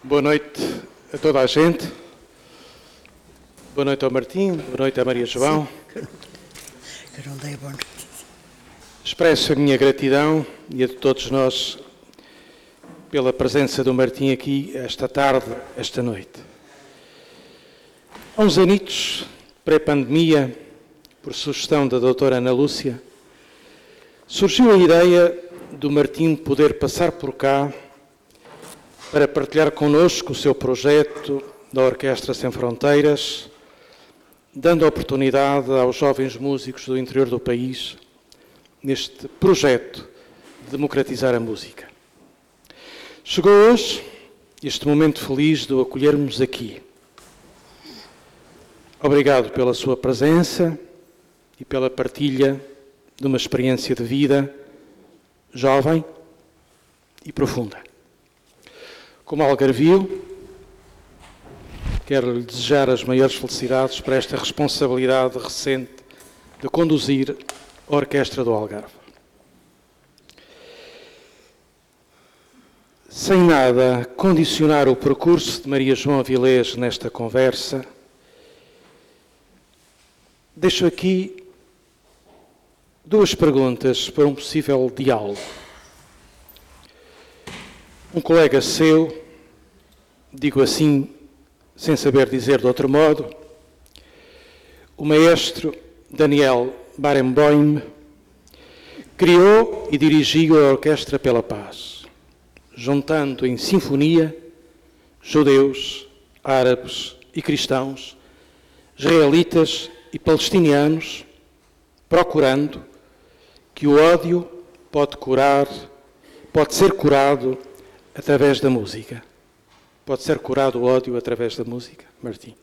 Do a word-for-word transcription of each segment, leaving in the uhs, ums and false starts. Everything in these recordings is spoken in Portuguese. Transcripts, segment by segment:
Boa noite a toda a gente. Boa noite ao Martim, boa noite à Maria João. Que não dei boa noite. Expresso a minha gratidão e a de todos nós pela presença do Martim aqui esta tarde, esta noite. Há uns anitos, pré-pandemia, por sugestão da doutora Ana Lúcia, surgiu a ideia do Martim poder passar por cá para partilhar connosco o seu projeto da Orquestra Sem Fronteiras, dando oportunidade aos jovens músicos do interior do país neste projeto de democratizar a música. Chegou hoje este momento feliz de o acolhermos aqui. Obrigado pela sua presença e pela partilha de uma experiência de vida jovem e profunda. Como algarvio, quero lhe desejar as maiores felicidades para esta responsabilidade recente de conduzir a Orquestra do Algarve. Sem nada condicionar o percurso de Maria João Avilés nesta conversa, deixo aqui duas perguntas para um possível diálogo. Um colega seu, digo assim, sem saber dizer de outro modo, o maestro Daniel Barenboim, criou e dirigiu a Orquestra pela Paz, juntando em sinfonia judeus, árabes e cristãos, israelitas e palestinianos, procurando que o ódio pode curar, pode ser curado através da música. Pode ser curado o ódio através da música, Martim.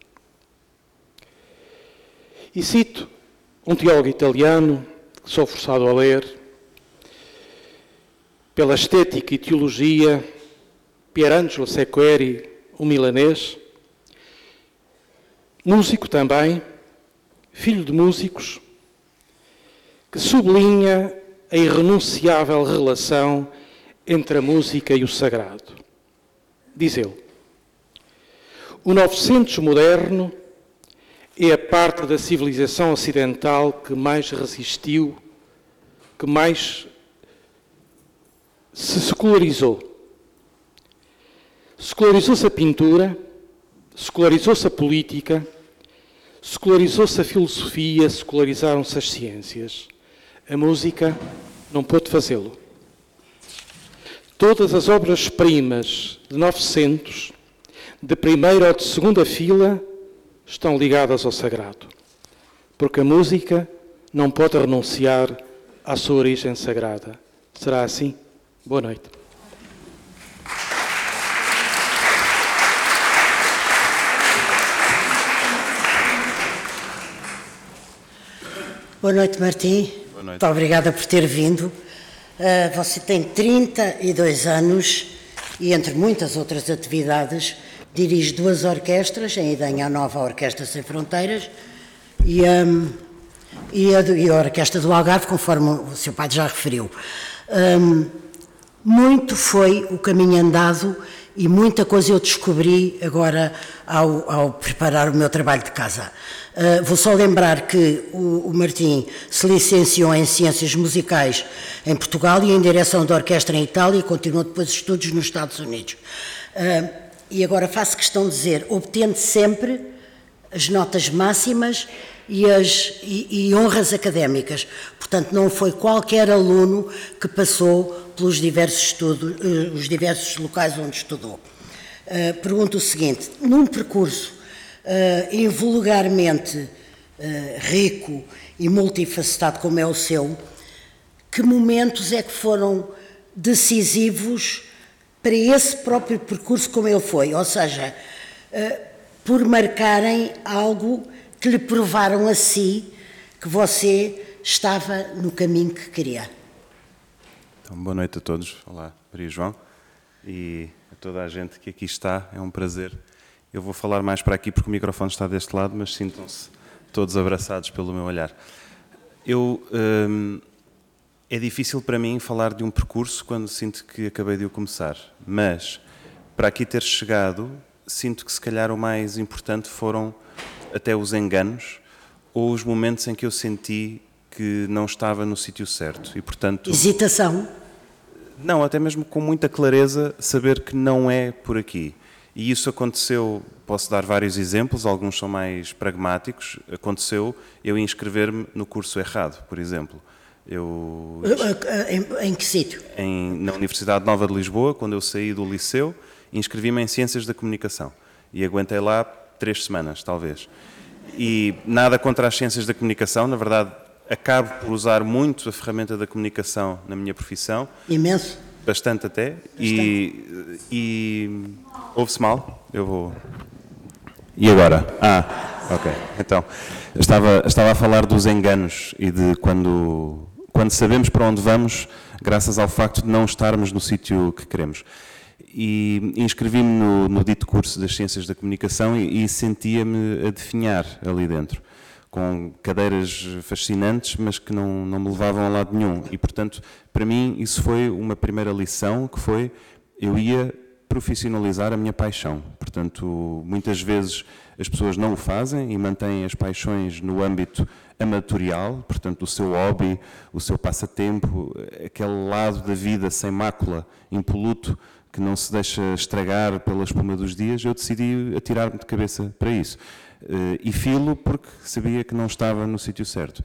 E cito um teólogo italiano, que sou forçado a ler, pela estética e teologia, Pierangelo Sequeri, um milanês, músico também, filho de músicos, que sublinha a irrenunciável relação entre a música e o sagrado. Diz ele: o novecentos moderno é a parte da civilização ocidental que mais resistiu, que mais se secularizou. Secularizou-se a pintura, secularizou-se a política, secularizou-se a filosofia, secularizaram-se as ciências. A música não pôde fazê-lo. Todas as obras-primas de novecentos, de primeira ou de segunda fila, estão ligadas ao sagrado. Porque a música não pode renunciar à sua origem sagrada. Será assim? Boa noite. Boa noite, Martim. Boa noite. Muito obrigada por ter vindo. Uh, você tem trinta e dois anos e, entre muitas outras atividades, dirige duas orquestras, em Idenha a nova Orquestra Sem Fronteiras e, um, e, a, e a Orquestra do Algarve, conforme o seu pai já referiu. Um, muito foi o caminho andado e muita coisa eu descobri agora ao, ao preparar o meu trabalho de casa. Uh, vou só lembrar que o, o Martim se licenciou em Ciências Musicais em Portugal e em Direção de Orquestra em Itália e continuou depois estudos nos Estados Unidos. Uh, e agora faço questão de dizer, obtendo sempre as notas máximas e, as, e, e honras académicas. Portanto, não foi qualquer aluno que passou pelos diversos, estudos, uh, os diversos locais onde estudou. Uh, pergunto o seguinte, num percurso uh, invulgarmente uh, rico e multifacetado como é o seu, que momentos é que foram decisivos para esse próprio percurso como ele foi? Ou seja, uh, por marcarem algo que lhe provaram a si que você estava no caminho que queria. Então, boa noite a todos. Olá, Maria João, e a toda a gente que aqui está. É um prazer. Eu vou falar mais para aqui porque o microfone está deste lado, mas sintam-se todos abraçados pelo meu olhar. Eu, hum, é difícil para mim falar de um percurso quando sinto que acabei de o começar, mas para aqui ter chegado, sinto que se calhar o mais importante foram até os enganos ou os momentos em que eu senti que não estava no sítio certo. E, portanto, hesitação? Não, até mesmo com muita clareza saber que não é por aqui. E isso aconteceu, posso dar vários exemplos, alguns são mais pragmáticos. Aconteceu eu inscrever-me no curso errado, por exemplo. Eu, em, em que sítio? Em, na Universidade Nova de Lisboa, quando eu saí do liceu, inscrevi-me em Ciências da Comunicação. E aguentei lá três semanas, talvez. E nada contra as Ciências da Comunicação, na verdade, acabo por usar muito a ferramenta da comunicação na minha profissão. Imenso. Bastante até. Bastante. E, e ouve-se mal? Eu vou... E agora? Ah, ok. Então, estava, estava a falar dos enganos e de quando, quando sabemos para onde vamos, graças ao facto de não estarmos no sítio que queremos. E inscrevi-me no, no dito curso das Ciências da Comunicação e, e sentia-me a definhar ali dentro, com cadeiras fascinantes, mas que não, não me levavam a lado nenhum. E, portanto, para mim, isso foi uma primeira lição, que foi, eu ia profissionalizar a minha paixão. Portanto, muitas vezes as pessoas não o fazem e mantêm as paixões no âmbito amatorial, portanto, o seu hobby, o seu passatempo, aquele lado da vida sem mácula, impoluto, que não se deixa estragar pela espuma dos dias. Eu decidi atirar-me de cabeça para isso. E filo porque sabia que não estava no sítio certo.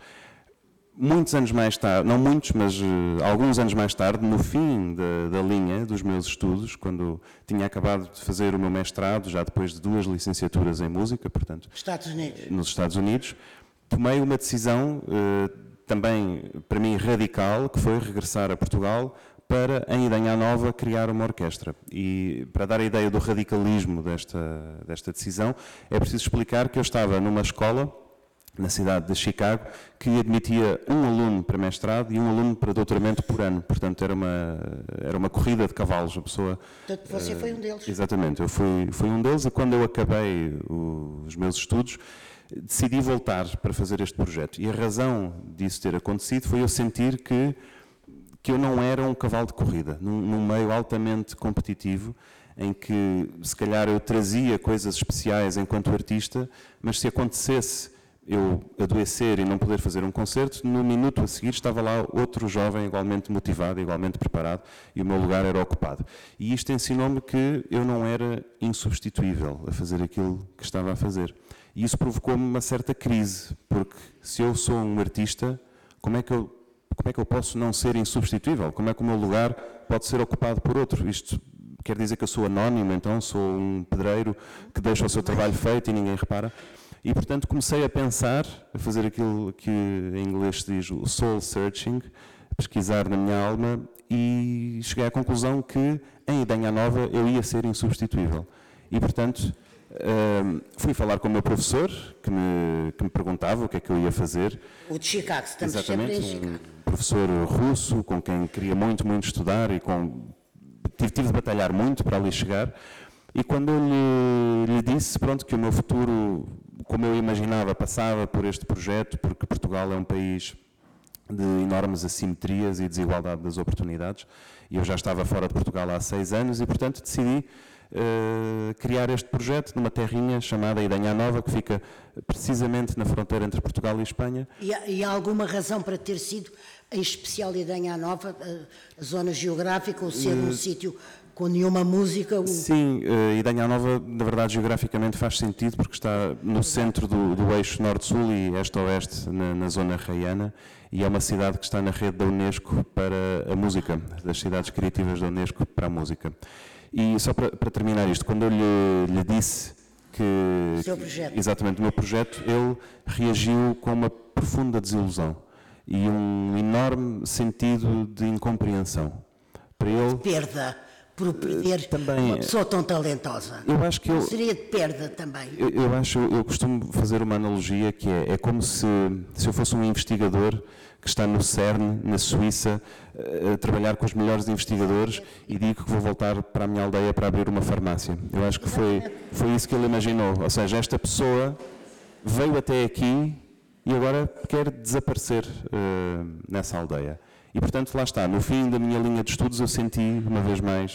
Muitos anos mais tarde, não muitos, mas uh, alguns anos mais tarde, no fim da, da linha dos meus estudos, quando tinha acabado de fazer o meu mestrado, já depois de duas licenciaturas em música, portanto, Estados Unidos. nos Estados Unidos, tomei uma decisão uh, também, para mim, radical, que foi regressar a Portugal para, em Idanha Nova, criar uma orquestra. E, para dar a ideia do radicalismo desta, desta decisão, é preciso explicar que eu estava numa escola, na cidade de Chicago, que admitia um aluno para mestrado e um aluno para doutoramento por ano. Portanto, era uma, era uma corrida de cavalos. A pessoa, Portanto, você uh, foi um deles. Exatamente, eu fui, fui um deles, e quando eu acabei o, os meus estudos, decidi voltar para fazer este projeto. E a razão disso ter acontecido foi eu sentir que, que eu não era um cavalo de corrida, num, num meio altamente competitivo, em que, se calhar, eu trazia coisas especiais enquanto artista, mas se acontecesse eu adoecer e não poder fazer um concerto, no minuto a seguir estava lá outro jovem igualmente motivado, igualmente preparado, e o meu lugar era ocupado. E isto ensinou-me que eu não era insubstituível a fazer aquilo que estava a fazer. E isso provocou-me uma certa crise, porque se eu sou um artista, como é que eu, como é que eu posso não ser insubstituível? Como é que o meu lugar pode ser ocupado por outro? Isto quer dizer que eu sou anónimo, então sou um pedreiro que deixa o seu trabalho feito e ninguém repara? E, portanto, comecei a pensar, a fazer aquilo que em inglês se diz o soul searching, a pesquisar na minha alma, e cheguei à conclusão que em Idanha Nova eu ia ser insubstituível. E, portanto, fui falar com o meu professor, que me, que me perguntava o que é que eu ia fazer. O de Chicago, estamos Exatamente, sempre em Chicago. Um professor russo, com quem queria muito, muito estudar, e com, tive, tive de batalhar muito para ali chegar. E quando eu lhe, lhe disse, pronto, que o meu futuro, como eu imaginava, passava por este projeto, porque Portugal é um país de enormes assimetrias e desigualdade das oportunidades, e eu já estava fora de Portugal há seis anos, e, portanto, decidi uh, criar este projeto numa terrinha chamada Idanha Nova, que fica precisamente na fronteira entre Portugal e Espanha. E há, e há alguma razão para ter sido, em especial Idanha Nova, a, a zona geográfica, ou ser um uh, sítio com nenhuma música? O... Sim, uh, Idanha Nova, na verdade, geograficamente faz sentido, porque está no centro do, do eixo norte-sul e este-oeste, na, na zona raiana, e é uma cidade que está na rede da Unesco para a música, das cidades criativas da Unesco para a música. E só para, para terminar isto, quando eu lhe, lhe disse que... O seu projeto. Exatamente, o meu projeto, ele reagiu com uma profunda desilusão e um enorme sentido de incompreensão. Para ele... De perda. Por perder também, uma pessoa tão talentosa. Eu acho que eu, seria de perda também. Eu, eu acho, eu costumo fazer uma analogia que é, é como se, se eu fosse um investigador que está no CERN, na Suíça, a trabalhar com os melhores investigadores, e digo que vou voltar para a minha aldeia para abrir uma farmácia. Eu acho que foi, foi isso que ele imaginou. Ou seja, esta pessoa veio até aqui e agora quer desaparecer uh, nessa aldeia. E, portanto, lá está, no fim da minha linha de estudos eu senti, uma vez mais,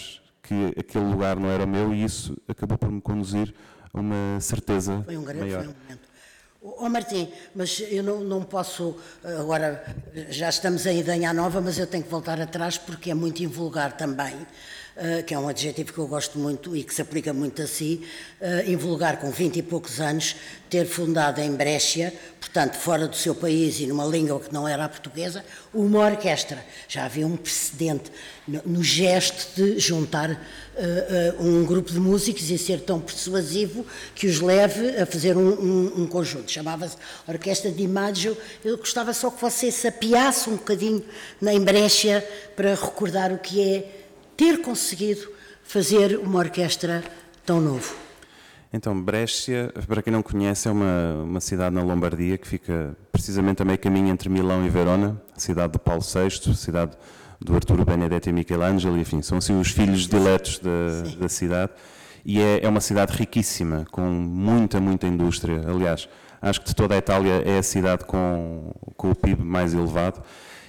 que aquele lugar não era meu e isso acabou por me conduzir a uma certeza Foi um grande maior. foi um momento. Ó oh, Martim, mas eu não, não posso, agora já estamos em Idanha Nova, mas eu tenho que voltar atrás porque é muito invulgar também, uh, que é um adjetivo que eu gosto muito e que se aplica muito a si, uh, invulgar com vinte e poucos anos, ter fundado em Brescia, portanto fora do seu país e numa língua que não era a portuguesa, uma orquestra. Já havia um precedente no, no gesto de juntar uh, uh, um grupo de músicos e ser tão persuasivo que os leve a fazer um, um, um conjunto. Chamava-se Orquestra di Maggio. Eu gostava só que você sapiasse um bocadinho em Brescia para recordar o que é ter conseguido fazer uma orquestra tão novo. Então, Brescia, para quem não conhece, é uma, uma cidade na Lombardia que fica precisamente a meio caminho entre Milão e Verona, a cidade de Paulo sexto, a cidade do Arturo Benedetti e Michelangelo, enfim, são assim os filhos diletos da, da cidade. E é, é uma cidade riquíssima, com muita, muita indústria. Aliás, acho que de toda a Itália é a cidade com, com o P I B mais elevado.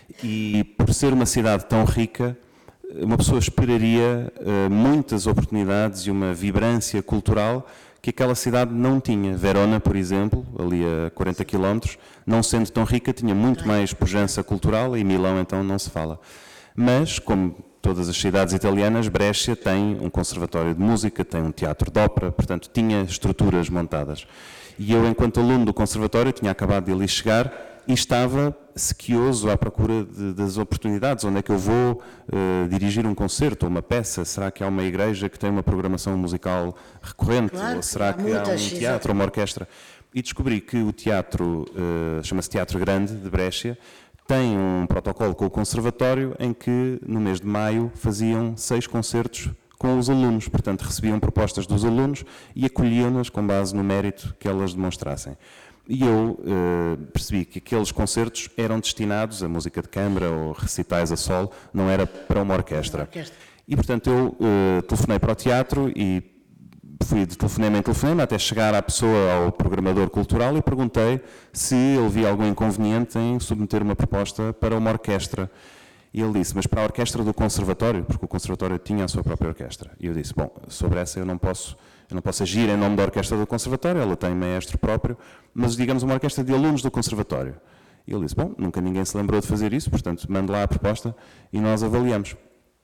E por ser uma cidade tão rica, uma pessoa esperaria uh, muitas oportunidades e uma vibrância cultural que aquela cidade não tinha. Verona, por exemplo, ali a quarenta quilómetros, não sendo tão rica, tinha muito mais pujança cultural, e Milão então não se fala. Mas, como todas as cidades italianas, Brescia tem um conservatório de música, tem um teatro de ópera, portanto tinha estruturas montadas. E eu, enquanto aluno do conservatório, tinha acabado de ali chegar e estava sequioso à procura de, das oportunidades. Onde é que eu vou uh, dirigir um concerto ou uma peça? Será que há uma igreja que tem uma programação musical recorrente? Claro, ou será há que há muitas, um teatro ou uma orquestra? E descobri que o teatro, uh, chama-se Teatro Grande, de Brescia, tem um protocolo com o conservatório em que, no mês de maio, faziam seis concertos com os alunos. Portanto, recebiam propostas dos alunos e acolhiam-nas com base no mérito que elas demonstrassem. E eu uh, percebi que aqueles concertos eram destinados a música de câmara ou recitais a solo, não era para uma orquestra. Uma orquestra. E, portanto, eu uh, telefonei para o teatro e fui de telefonema em telefonema até chegar à pessoa, ao programador cultural, e perguntei se ele via algum inconveniente em submeter uma proposta para uma orquestra. E ele disse, mas para a orquestra do conservatório, porque o conservatório tinha a sua própria orquestra. E eu disse, bom, sobre essa eu não posso, eu não posso agir em nome da orquestra do conservatório, ela tem maestro próprio, mas digamos uma orquestra de alunos do conservatório. E ele disse, bom, nunca ninguém se lembrou de fazer isso, portanto, mande lá a proposta e nós avaliamos.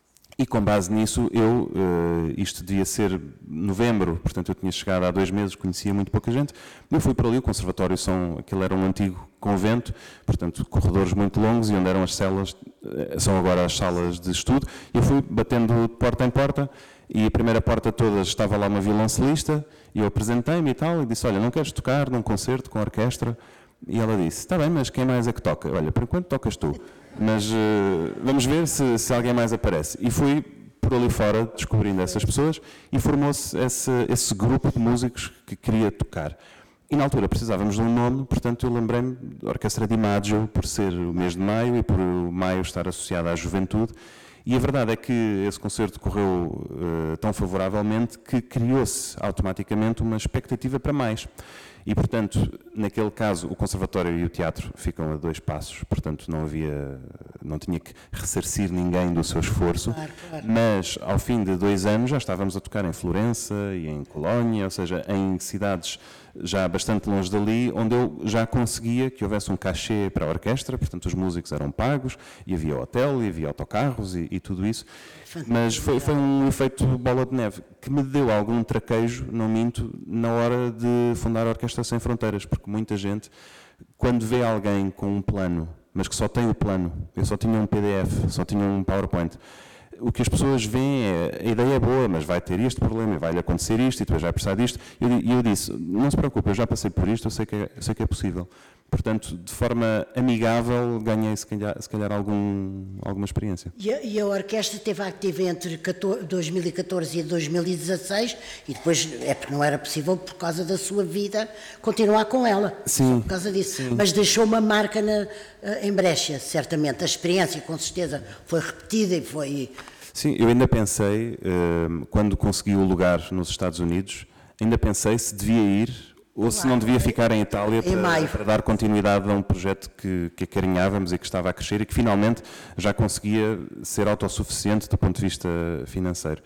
E com base nisso, eu, uh, isto devia ser novembro, portanto eu tinha chegado há dois meses, conhecia muito pouca gente, eu fui para ali, o conservatório, são, aquilo era um antigo convento, portanto corredores muito longos, e onde eram as celas, são agora as salas de estudo, e eu fui batendo de porta em porta, e a primeira porta toda estava lá uma violoncelista, e eu apresentei-me e tal, e disse, olha, não queres tocar num concerto com a orquestra? E ela disse, está bem, mas quem mais é que toca? Olha, por enquanto tocas tu, mas uh, vamos ver se, se alguém mais aparece. E fui por ali fora descobrindo essas pessoas e formou-se esse, esse grupo de músicos que queria tocar. E na altura precisávamos de um nome, portanto eu lembrei-me da Orquestra di Maggio, por ser o mês de maio e por o maio estar associado à juventude. E a verdade é que esse concerto correu uh, tão favoravelmente que criou-se automaticamente uma expectativa para mais. E, portanto, naquele caso, o conservatório e o teatro ficam a dois passos, portanto, não havia, não tinha que ressarcir ninguém do seu esforço, Claro, claro. Mas, ao fim de dois anos, já estávamos a tocar em Florença e em Colónia, ou seja, em cidades já bastante longe dali, onde eu já conseguia que houvesse um cachê para a orquestra, portanto, os músicos eram pagos, e havia hotel, e havia autocarros, e, e tudo isso. Mas foi, foi um efeito bola de neve, que me deu algum traquejo, não minto, na hora de fundar a Orquestra Sem Fronteiras, porque muita gente, quando vê alguém com um plano, mas que só tem o plano, eu só tinha um P D F, só tinha um PowerPoint, o que as pessoas veem é, a ideia é boa, mas vai ter este problema, vai-lhe acontecer isto, e depois vai precisar disto. E eu, eu disse, não se preocupe, eu já passei por isto, eu sei que é, eu sei que é possível. Portanto, de forma amigável, ganhei se calhar, se calhar algum, alguma experiência. E a, e a orquestra esteve ativa entre dois mil e catorze e dois mil e dezasseis, e depois é porque não era possível, por causa da sua vida, continuar com ela. Sim. Por causa disso. Sim. Mas deixou uma marca na, em Brescia, certamente. A experiência, com certeza, foi repetida e foi... Sim, eu ainda pensei, quando consegui o lugar nos Estados Unidos, ainda pensei se devia ir ou se não devia ficar em Itália para, para dar continuidade a um projeto que, que acarinhávamos e que estava a crescer e que finalmente já conseguia ser autossuficiente do ponto de vista financeiro.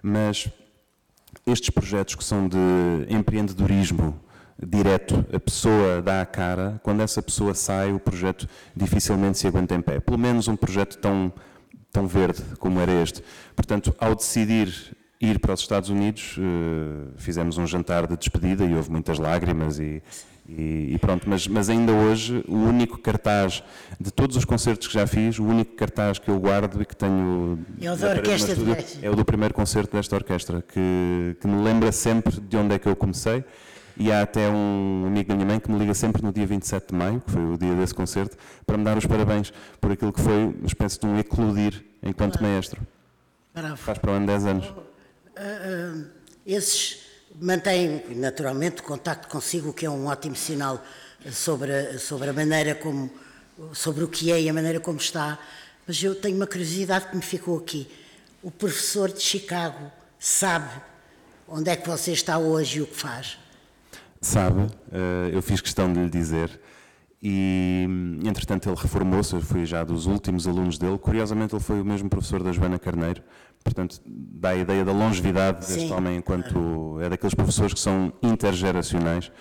mas estes projetos que são de empreendedorismo direto, a pessoa dá a cara, quando essa pessoa sai, o projeto dificilmente se aguenta em pé. Pelo menos um projeto tão, tão verde como era este. Portanto, ao decidir ir para os Estados Unidos, fizemos um jantar de despedida e houve muitas lágrimas e, e, e pronto. Mas, mas ainda hoje, o único cartaz de todos os concertos que já fiz, o único cartaz que eu guardo e que tenho... É o da Orquestra de México. É o do primeiro concerto desta orquestra, que, que me lembra sempre de onde é que eu comecei. E há até um amigo da minha mãe que me liga sempre no dia vinte e sete de maio, que foi o dia desse concerto, para me dar os parabéns por aquilo que foi uma espécie de um eclodir enquanto Bravo. maestro. Bravo. Faz para o ano dez anos. Uh, uh, esses mantêm naturalmente contacto consigo, o que é um ótimo sinal sobre a, sobre a maneira como, sobre o que é e a maneira como está. Mas eu tenho uma curiosidade que me ficou aqui. O professor de Chicago sabe onde é que você está hoje e o que faz? Sabe, eu fiz questão de lhe dizer e, entretanto, ele reformou-se, eu fui já dos últimos alunos dele. Curiosamente, ele foi o mesmo professor da Joana Carneiro, portanto, dá a ideia da longevidade deste Sim. homem, enquanto é daqueles professores que são intergeracionais.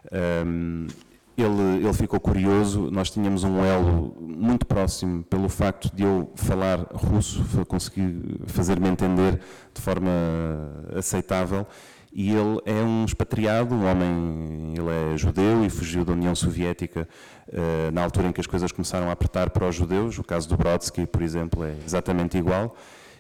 Ele, ele ficou curioso, nós tínhamos um elo muito próximo pelo facto de eu falar russo, conseguir fazer-me entender de forma aceitável. E ele é um expatriado, um homem, ele é judeu e fugiu da União Soviética uh, na altura em que as coisas começaram a apertar para os judeus. O caso do Brodsky, por exemplo, é exatamente igual.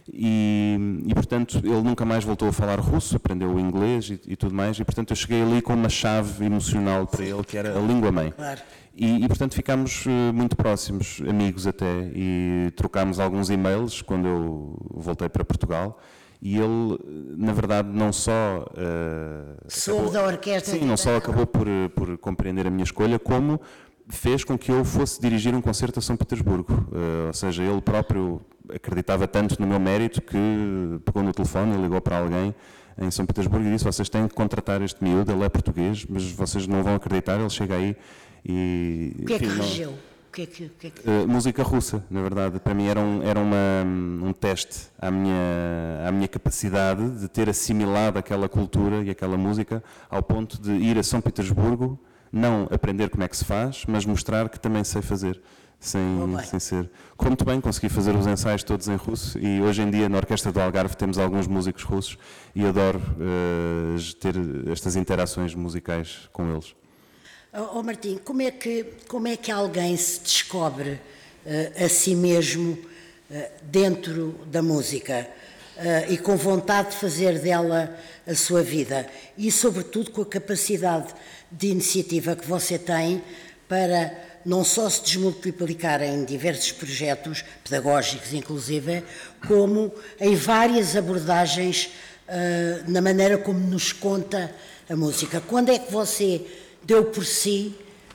E, e portanto, ele nunca mais voltou a falar russo, aprendeu o inglês e, e tudo mais. E, portanto, eu cheguei ali com uma chave emocional para ele, que era a língua-mãe. Claro. E, e, portanto, ficámos uh, muito próximos, amigos até, e trocámos alguns e-mails quando eu voltei para Portugal. E ele, na verdade, não só... Uh, Soube acabou, da orquestra. Sim, não só acabou por, por compreender a minha escolha, como fez com que eu fosse dirigir um concerto a São Petersburgo. Uh, ou seja, ele próprio acreditava tanto no meu mérito que pegou no telefone e ligou para alguém em São Petersburgo e disse: vocês têm que contratar este miúdo, ele é português, mas vocês não vão acreditar, ele chega aí e... O que é que enfim, regeu? O que é que, o que é que... Uh, música russa, na verdade. Para mim era um, era uma, um teste à minha, à minha capacidade de ter assimilado aquela cultura e aquela música ao ponto de ir a São Petersburgo, não aprender como é que se faz, mas mostrar que também sei fazer, sem, oh, sem ser. Como muito bem, consegui fazer os ensaios todos em russo e hoje em dia na Orquestra do Algarve temos alguns músicos russos e adoro uh, ter estas interações musicais com eles. Oh, Martim, como é que, como é que alguém se descobre uh, a si mesmo uh, dentro da música uh, e com vontade de fazer dela a sua vida e, sobretudo, com a capacidade de iniciativa que você tem para não só se desmultiplicar em diversos projetos pedagógicos, inclusive, como em várias abordagens uh, na maneira como nos conta a música? Quando é que você deu por si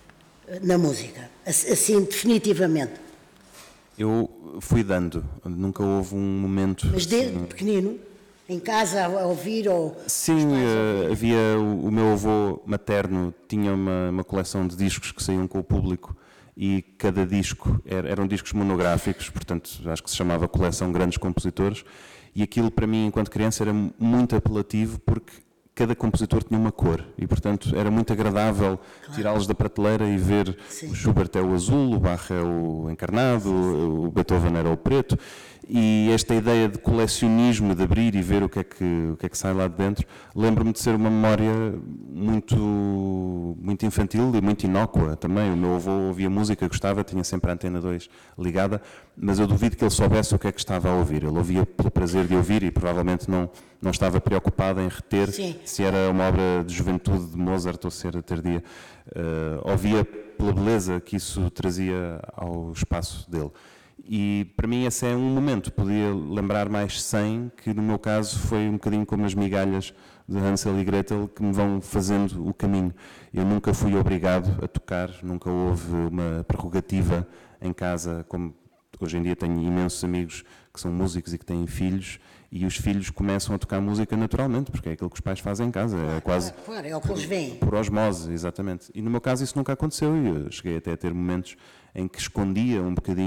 na música, assim, definitivamente? Eu fui dando, nunca houve um momento... Mas desde assim, pequenino, em casa, a ouvir ou... Sim, uh, havia o, o meu avô materno tinha uma, uma coleção de discos que saíam com o público e cada disco era, eram discos monográficos, portanto acho que se chamava Coleção Grandes Compositores, e aquilo para mim enquanto criança era muito apelativo porque cada compositor tinha uma cor e, portanto, era muito agradável claro. tirá-los da prateleira e ver Sim. o Schubert é o azul, o Bach é o encarnado, o Beethoven era o preto, e esta ideia de colecionismo, de abrir e ver o que é que, o que, é que sai lá de dentro, lembro-me de ser uma memória muito, muito infantil e muito inócua também. O meu avô ouvia música, gostava, tinha sempre a Antena dois ligada, mas eu duvido que ele soubesse o que é que estava a ouvir. Ele ouvia pelo prazer de ouvir e provavelmente não, não estava preocupado em reter Sim. se era uma obra de juventude de Mozart ou se era tardia. Uh, ouvia pela beleza que isso trazia ao espaço dele. E para mim esse é um momento, podia lembrar mais cem, que no meu caso foi um bocadinho como as migalhas de Hansel e Gretel que me vão fazendo o caminho. Eu nunca fui obrigado a tocar, nunca houve uma prerrogativa em casa, como hoje em dia tenho imensos amigos que são músicos e que têm filhos, e os filhos começam a tocar música naturalmente, porque é aquilo que os pais fazem em casa, é quase claro, é o que eles veem. Por osmose, exatamente. E no meu caso isso nunca aconteceu, e eu cheguei até a ter momentos em que escondia um bocadinho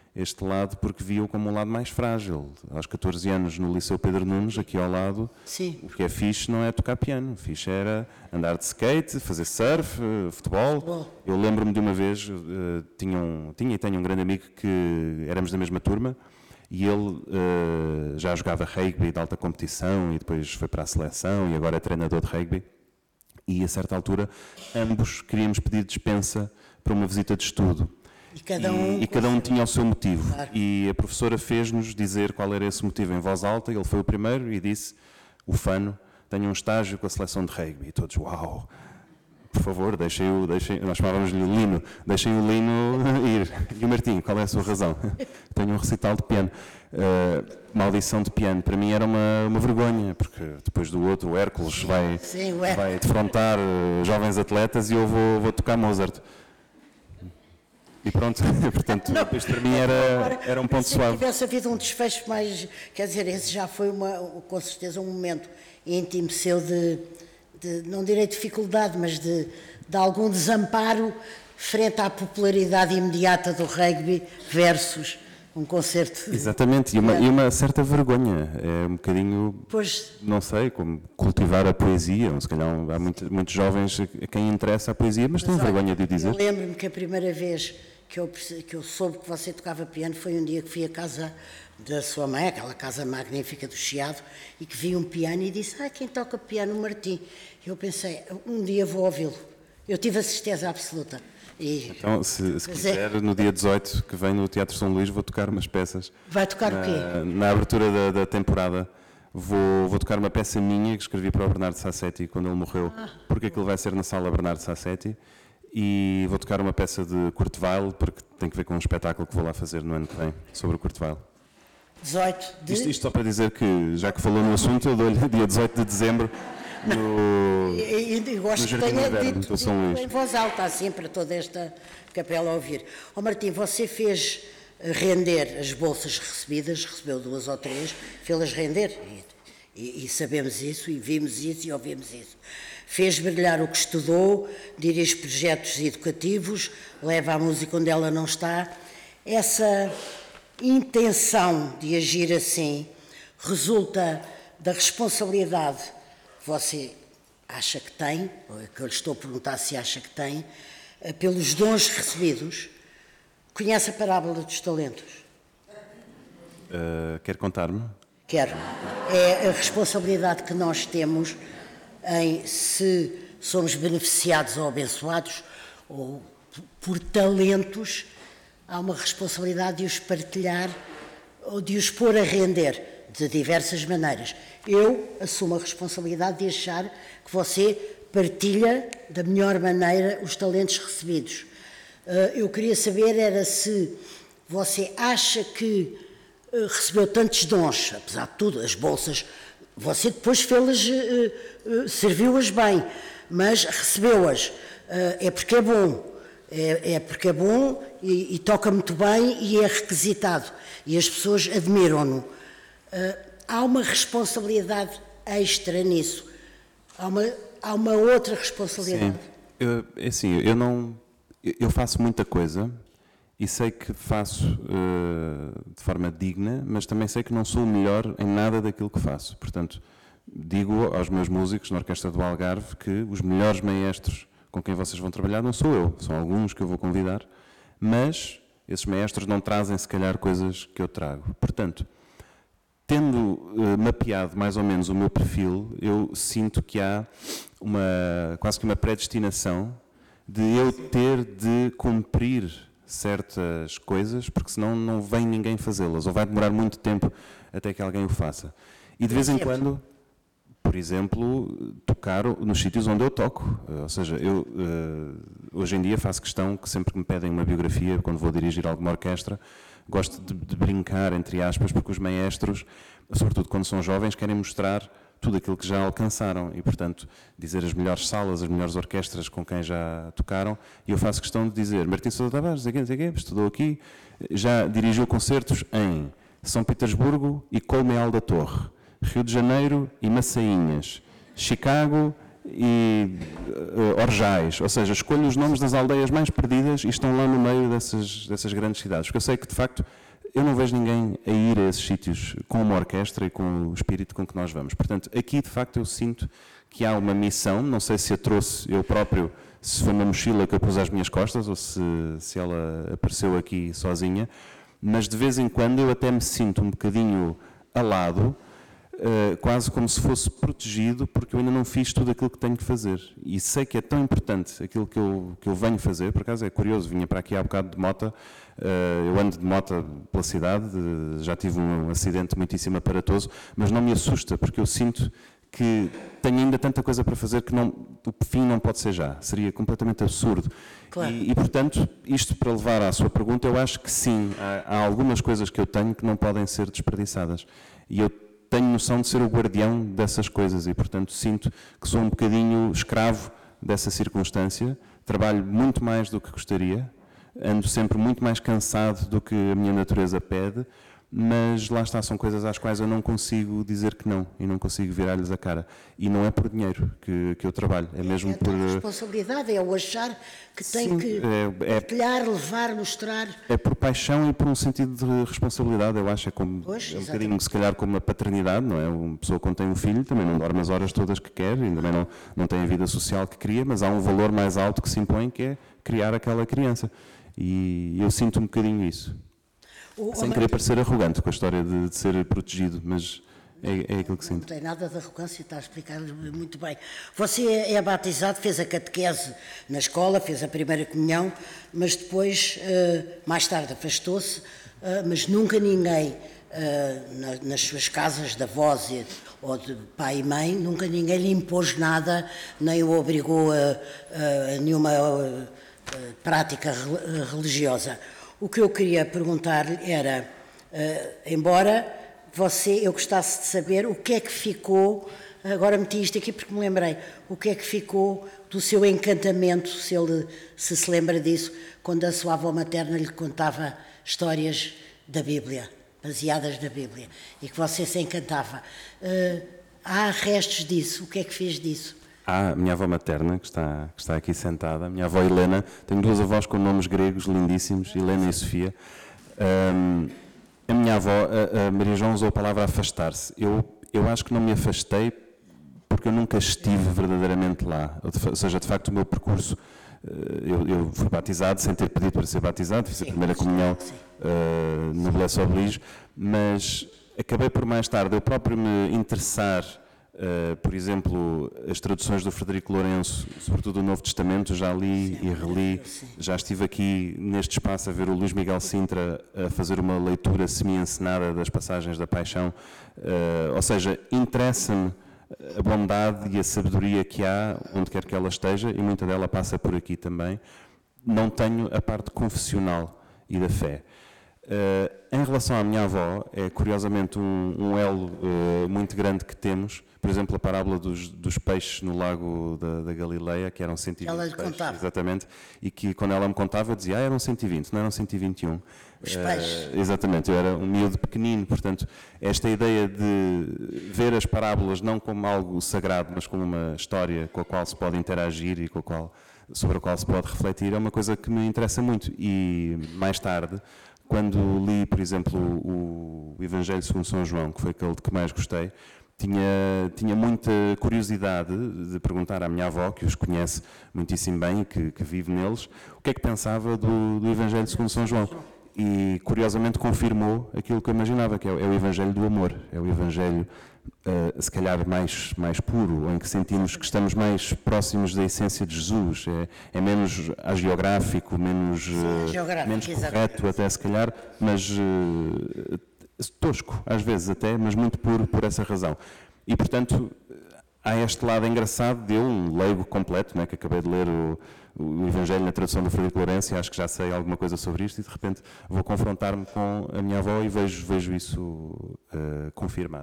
este lado porque via-o como um lado mais frágil. Aos catorze anos, no Liceu Pedro Nunes, aqui ao lado, Sim. o que é fixe não é tocar piano. O fixe era andar de skate, fazer surf, futebol. Futebol. Eu lembro-me de uma vez, uh, tinha, um, tinha e tenho um grande amigo que éramos da mesma turma, e ele uh, já jogava rugby de alta competição e depois foi para a seleção e agora é treinador de rugby. E a certa altura, ambos queríamos pedir dispensa para uma visita de estudo. E cada um, e, e cada um tinha o seu motivo. Claro. E a professora fez-nos dizer qual era esse motivo em voz alta. Ele foi o primeiro e disse: o Fano tem um estágio com a seleção de rugby. E todos, uau, por favor, deixem-o, deixem, nós chamávamos-lhe o Lino, deixem o Lino ir. E o Martim, qual é a sua razão? Tenho um recital de piano. Uh, maldição de piano, para mim era uma, uma vergonha, porque depois do outro, o Hércules vai, Sim, o Hércules. vai defrontar uh, jovens atletas e eu vou, vou tocar Mozart. E pronto, portanto, Não, isto para mim era, era um ponto se suave. tivesse havido um desfecho mais, quer dizer, esse já foi uma, com certeza um momento íntimo seu de, de não direi dificuldade, mas de, de algum desamparo frente à popularidade imediata do rugby versus um concerto. Exatamente, e uma, e uma certa vergonha, é um bocadinho, Pois, não sei, como cultivar a poesia, ou se calhar há muito, muitos jovens a quem interessa a poesia, mas, mas têm olha, vergonha de o dizer. Eu lembro-me que a primeira vez que eu, que eu soube que você tocava piano foi um dia que fui à casa da sua mãe, aquela casa magnífica do Chiado, e que vi um piano e disse: ah, quem toca piano? O Martim. E eu pensei, um dia vou ouvi-lo. Eu tive a certeza absoluta. E, Então, se, se Pois quiser, é. no dia dezoito, que vem no Teatro São Luís, vou tocar umas peças. vai tocar o quê? Na, na abertura da, da temporada, vou, vou tocar uma peça minha que escrevi para o Bernardo Sassetti quando ele morreu, Ah. porque aquilo vai ser na sala Bernardo Sassetti, e vou tocar uma peça de Kurt Weill, porque tem que ver com um espetáculo que vou lá fazer no ano que vem, sobre o Kurt Weill. dezoito de... Isto, isto só para dizer que, já que falou no assunto, eu dou-lhe dia dezoito de dezembro, no, E, e, e gosto no que Jardim de tenha Inverno, dito, do São dito Luís. em voz alta, assim, para toda esta capela a ouvir. Ó Martim, você fez render as bolsas recebidas, recebeu duas ou três, fê-las render, e, e, e sabemos isso, e vimos isso, e ouvimos isso. Fez brilhar o que estudou, dirige projetos educativos, leva a música onde ela não está. Essa intenção de agir assim resulta da responsabilidade que você acha que tem, ou é que eu lhe estou a perguntar se acha que tem, pelos dons recebidos. Conhece a parábola dos talentos? Uh, quer contar-me? Quero. É a responsabilidade que nós temos em se somos beneficiados ou abençoados ou por talentos, há uma responsabilidade de os partilhar ou de os pôr a render de diversas maneiras. Eu assumo a responsabilidade de achar que você partilha da melhor maneira os talentos recebidos. Eu queria saber era se você acha que recebeu tantos dons, apesar de tudo, as bolsas, você depois fê-las, serviu-as bem, mas recebeu-as, é porque é bom, é, é porque é bom e, e toca muito bem e é requisitado, e as pessoas admiram-no. Há uma responsabilidade extra nisso, há uma, há uma outra responsabilidade. Sim, eu, é assim, eu não, eu faço muita coisa e sei que faço uh, de forma digna, mas também sei que não sou o melhor em nada daquilo que faço. Portanto, digo aos meus músicos na Orquestra do Algarve que os melhores maestros com quem vocês vão trabalhar não sou eu, são alguns que eu vou convidar, mas esses maestros não trazem, se calhar, coisas que eu trago. Portanto, tendo uh, mapeado mais ou menos o meu perfil, eu sinto que há uma, quase que uma predestinação de eu ter de cumprir certas coisas, porque senão não vem ninguém fazê-las, ou vai demorar muito tempo até que alguém o faça. E de vez em quando, por exemplo, tocar nos sítios onde eu toco. Ou seja, eu hoje em dia faço questão que sempre que me pedem uma biografia, quando vou dirigir alguma orquestra, gosto de, de brincar, entre aspas, porque os maestros, sobretudo quando são jovens, querem mostrar tudo aquilo que já alcançaram e, portanto, dizer as melhores salas, as melhores orquestras com quem já tocaram, e eu faço questão de dizer, Martim Sousa Tavares, não sei quê, não sei estudou aqui, já dirigiu concertos em São Petersburgo e Colmeal da Torre, Rio de Janeiro e Massainhas, Chicago e uh, Orjais, ou seja, escolho os nomes das aldeias mais perdidas e estão lá no meio dessas, dessas grandes cidades, porque eu sei que de facto eu não vejo ninguém a ir a esses sítios com uma orquestra e com o espírito com que nós vamos. Portanto, aqui de facto eu sinto que há uma missão, não sei se a trouxe eu próprio, se foi uma mochila que eu pus às minhas costas ou se, se ela apareceu aqui sozinha, mas de vez em quando eu até me sinto um bocadinho alado, uh, quase como se fosse protegido, porque eu ainda não fiz tudo aquilo que tenho que fazer. E sei que é tão importante aquilo que eu, que eu venho fazer, por acaso é curioso, vinha para aqui há bocado de moto, uh, eu ando de moto pela cidade, uh, já tive um acidente muitíssimo aparatoso, mas não me assusta, porque eu sinto que tenho ainda tanta coisa para fazer que não, o fim não pode ser já, seria completamente absurdo. Claro. E, e, portanto, isto para levar à sua pergunta, eu acho que sim, há, há algumas coisas que eu tenho que não podem ser desperdiçadas. E eu tenho noção de ser o guardião dessas coisas e, portanto, sinto que sou um bocadinho escravo dessa circunstância, trabalho muito mais do que gostaria, ando sempre muito mais cansado do que a minha natureza pede, mas lá está, são coisas às quais eu não consigo dizer que não e não consigo virar-lhes a cara. E não é por dinheiro que, que eu trabalho, é mesmo é por... a responsabilidade, é o achar que tem Sim, que é, é, partilhar, levar, mostrar. É por paixão e por um sentido de responsabilidade, eu acho, é, como, Pois, é um bocadinho se calhar como a paternidade, não é? Uma pessoa quando tem um filho também não dorme as horas todas que quer, e também não, não tem a vida social que queria, mas há um valor mais alto que se impõe, que é criar aquela criança. E eu sinto um bocadinho isso. O, Sem o querer parecer arrogante com a história de, de ser protegido, mas é, é aquilo que Não sinto. tem nada de arrogância, está a explicar muito bem. Você é batizado, fez a catequese na escola, fez a primeira comunhão, mas depois, mais tarde, afastou-se, mas nunca ninguém, nas suas casas de avós ou de pai e mãe, nunca ninguém lhe impôs nada, nem o obrigou a, a nenhuma prática religiosa. O que eu queria perguntar-lhe era, uh, embora você, eu gostasse de saber o que é que ficou, agora meti isto aqui porque me lembrei, o que é que ficou do seu encantamento, se ele se, se lembra disso, quando a sua avó materna lhe contava histórias da Bíblia, baseadas na Bíblia, e que você se encantava. Uh, há restos disso, o que é que fez disso? Há a minha avó materna, que está, que está aqui sentada, a minha avó Helena, tenho duas avós com nomes gregos lindíssimos, Helena e Sofia. Um, a minha avó, a, a Maria João, usou a palavra afastar-se. Eu, eu acho que não me afastei porque eu nunca estive verdadeiramente lá. Ou seja, de facto, o meu percurso, eu, eu fui batizado sem ter pedido para ser batizado, fiz a primeira comunhão uh, no Bless Oblige, mas acabei por mais tarde eu próprio me interessar. Uh, por exemplo, as traduções do Frederico Lourenço, sobretudo o Novo Testamento, já li e reli, já estive aqui neste espaço a ver o Luís Miguel Sintra a fazer uma leitura semi-encenada das passagens da Paixão, uh, ou seja, interessa-me a bondade e a sabedoria que há, onde quer que ela esteja, e muita dela passa por aqui também. Não tenho a parte confessional e da fé. Uh, em relação à minha avó, é curiosamente um, um elo uh, muito grande que temos. Por exemplo, a parábola dos, dos peixes no lago da, da Galileia, que eram cento e vinte ela lhe peixes, contava. exatamente, e que quando ela me contava eu dizia, ah, eram cento e vinte, não eram cento e vinte e um. Os peixes. Uh, exatamente, eu era um miúdo pequenino, portanto, esta ideia de ver as parábolas não como algo sagrado, mas como uma história com a qual se pode interagir e com a qual, sobre a qual se pode refletir, é uma coisa que me interessa muito. E mais tarde, quando li, por exemplo, o Evangelho segundo São João, que foi aquele de que mais gostei, tinha, tinha muita curiosidade de perguntar à minha avó, que os conhece muitíssimo bem e que, que vive neles, o que é que pensava do, do Evangelho segundo São João. E, curiosamente, confirmou aquilo que eu imaginava, que é, é o Evangelho do amor, é o Evangelho, uh, se calhar, mais, mais puro, em que sentimos que estamos mais próximos da essência de Jesus, é, é menos agiográfico, menos, uh, geográfico, menos correto, exatamente. até se calhar, mas uh, tosco, às vezes até, mas muito puro por essa razão. E, portanto, há este lado engraçado de eu, um leigo completo, né, que acabei de ler o, o Evangelho na tradução do Frederico Lourenço, e acho que já sei alguma coisa sobre isto, e de repente vou confrontar-me com a minha avó e vejo, vejo isso uh, confirmado.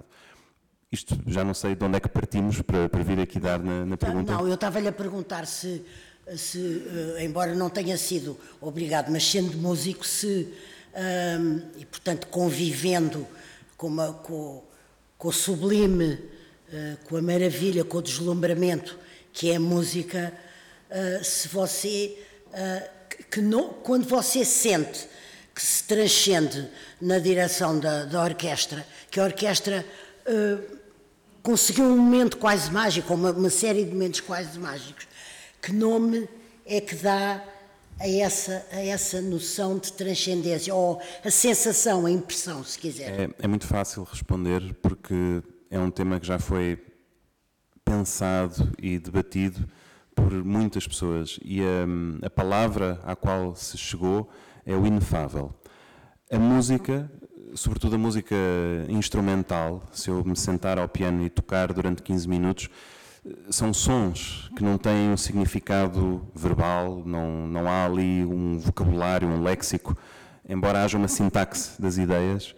Isto, já não sei de onde é que partimos para, para vir aqui dar na, na pergunta. Não, eu estava-lhe a perguntar se, se uh, embora não tenha sido obrigado, mas sendo músico, se, um, e portanto convivendo com, uma, com, com o sublime, uh, com a maravilha, com o deslumbramento que é a música, uh, se você, uh, que não, quando você sente que se transcende na direção da, da orquestra, que a orquestra uh, conseguiu um momento quase mágico, uma, uma série de momentos quase mágicos, que nome é que dá a essa, a essa noção de transcendência, ou a sensação, a impressão, se quiser? É, é muito fácil responder, porque é um tema que já foi pensado e debatido por muitas pessoas, e a, a palavra à qual se chegou é o inefável. A música, sobretudo a música instrumental, se eu me sentar ao piano e tocar durante quinze minutos, são sons que não têm um significado verbal, não, não há ali um vocabulário, um léxico, embora haja uma sintaxe das ideias,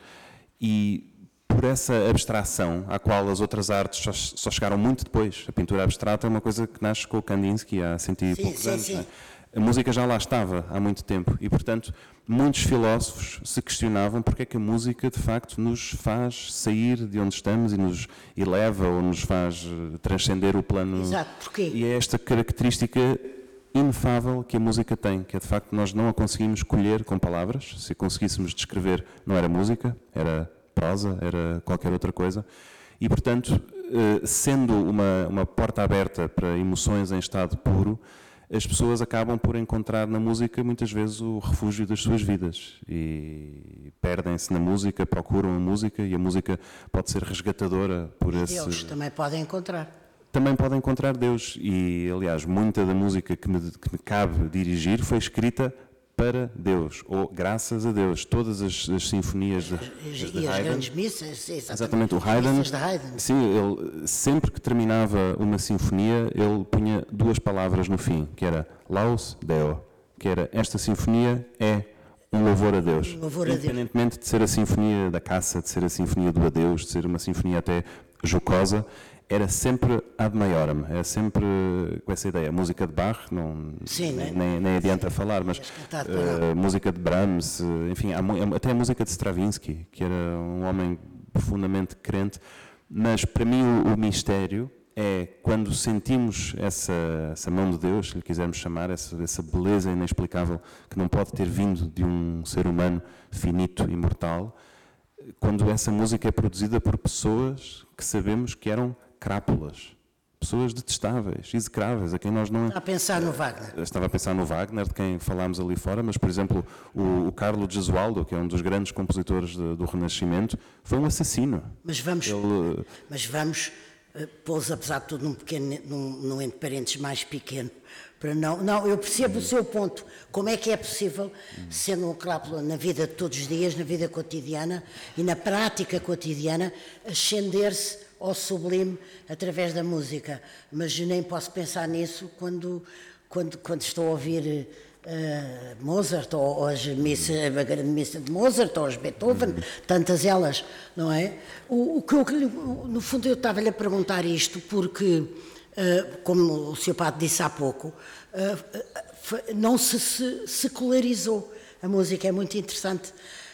e por essa abstração à qual as outras artes só, só chegaram muito depois. A pintura abstrata é uma coisa que nasce com o Kandinsky há cento e poucos sim, anos. sim. Não é? A música já lá estava há muito tempo e, portanto, muitos filósofos se questionavam porque é que a música, de facto, nos faz sair de onde estamos e nos eleva ou nos faz transcender o plano. Exato, porquê? E é esta característica inefável que a música tem, que é, de facto, nós não a conseguimos colher com palavras. Se a conseguíssemos descrever, não era música, era prosa, era qualquer outra coisa. E, portanto, sendo uma, uma porta aberta para emoções em estado puro, as pessoas acabam por encontrar na música muitas vezes o refúgio das suas vidas e perdem-se na música, procuram a música, e a música pode ser resgatadora por E esse... Deus também podem encontrar. Também podem encontrar Deus, e aliás muita da música que me, que me cabe dirigir foi escrita para Deus, ou graças a Deus. Todas as, as sinfonias de, E, de e as Haydn, grandes missas, exatamente, exatamente, o Haydn, missas de Haydn. sim, ele sempre que terminava uma sinfonia, ele punha duas palavras no fim, que era Laus Deo, que era esta sinfonia é um louvor a Deus. Um louvor a Deus. Independentemente de ser a sinfonia da caça, de ser a sinfonia do adeus, de ser uma sinfonia até jocosa, era sempre ad maiorem, era sempre com essa ideia. A música de Bach, não, Sim, nem, né? nem, nem adianta falar, mas cantado, uh, música de Brahms, uh, enfim, há, até a música de Stravinsky, que era um homem profundamente crente, mas para mim o, o mistério é quando sentimos essa, essa mão de Deus, se lhe quisermos chamar, essa, essa beleza inexplicável que não pode ter vindo de um ser humano finito e mortal, quando essa música é produzida por pessoas que sabemos que eram crápulas, pessoas detestáveis, execráveis, a quem nós não... Está a pensar no Wagner. Estava a pensar no Wagner, de quem falámos ali fora, mas, por exemplo, o, o Carlo Gesualdo, que é um dos grandes compositores de, do Renascimento, foi um assassino. Mas vamos, Ele, mas vamos uh, pô-los, apesar de tudo, num pequeno, num, num entre parênteses mais pequeno, para não... Não, eu percebo o seu ponto. Como é que é possível, sendo um crápula na vida de todos os dias, na vida cotidiana e na prática cotidiana, ascender-se ao sublime através da música? Mas nem posso pensar nisso quando, quando, quando estou a ouvir uh, Mozart, ou, ou as missa, a grande missa de Mozart, ou as Beethoven, tantas elas, não é? O, o que eu, no fundo, eu estava-lhe a perguntar isto porque, uh, como o senhor Padre disse há pouco, uh, não se, se secularizou. A música é muito interessante.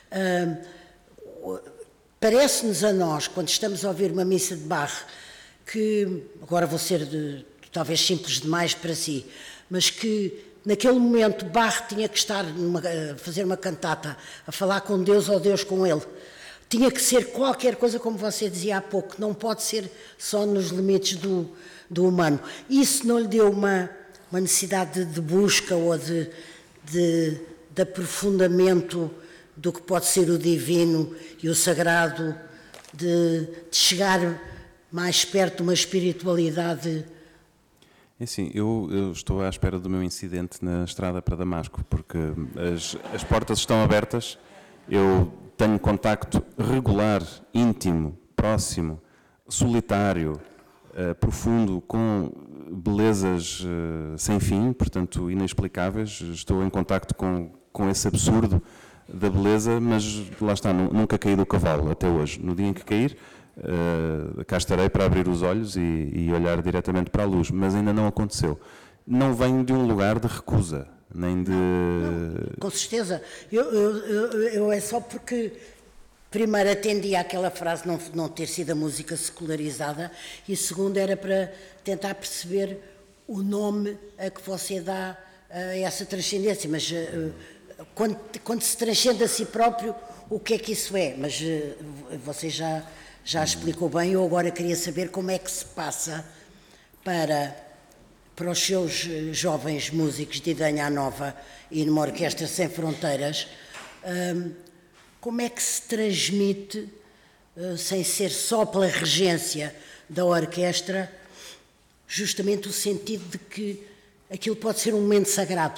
Uh, Parece-nos a nós, quando estamos a ouvir uma missa de Bach, que, agora vou ser de, talvez simples demais para si, mas que naquele momento Bach tinha que estar numa, a fazer uma cantata, a falar com Deus ou Deus com ele. Tinha que ser qualquer coisa, como você dizia há pouco, não pode ser só nos limites do, do humano. Isso não lhe deu uma, uma necessidade de, de busca ou de, de, de aprofundamento do que pode ser o divino e o sagrado, de, de chegar mais perto de uma espiritualidade? É assim, eu, eu estou à espera do meu incidente na estrada para Damasco, porque as, as portas estão abertas, eu tenho contacto regular, íntimo, próximo, solitário, uh, profundo, com belezas uh, sem fim, portanto inexplicáveis. Estou em contacto com, com esse absurdo da beleza, mas lá está, nunca caí do cavalo até hoje. No dia em que cair, uh, cá estarei para abrir os olhos e, e olhar diretamente para a luz, mas ainda não aconteceu. Não venho de um lugar de recusa, nem de... Não, com certeza. Eu, eu, eu, eu é só porque, primeiro, atendi àquela frase não, não ter sido a música secularizada, e segundo, era para tentar perceber o nome a que você dá a essa transcendência, mas uh, quando, quando se transcende a si próprio, o que é que isso é? Mas uh, você já, já explicou bem, eu agora queria saber como é que se passa para, para os seus jovens músicos de Idanha Nova e numa Orquestra Sem Fronteiras, uh, como é que se transmite, uh, sem ser só pela regência da orquestra, justamente o sentido de que aquilo pode ser um momento sagrado.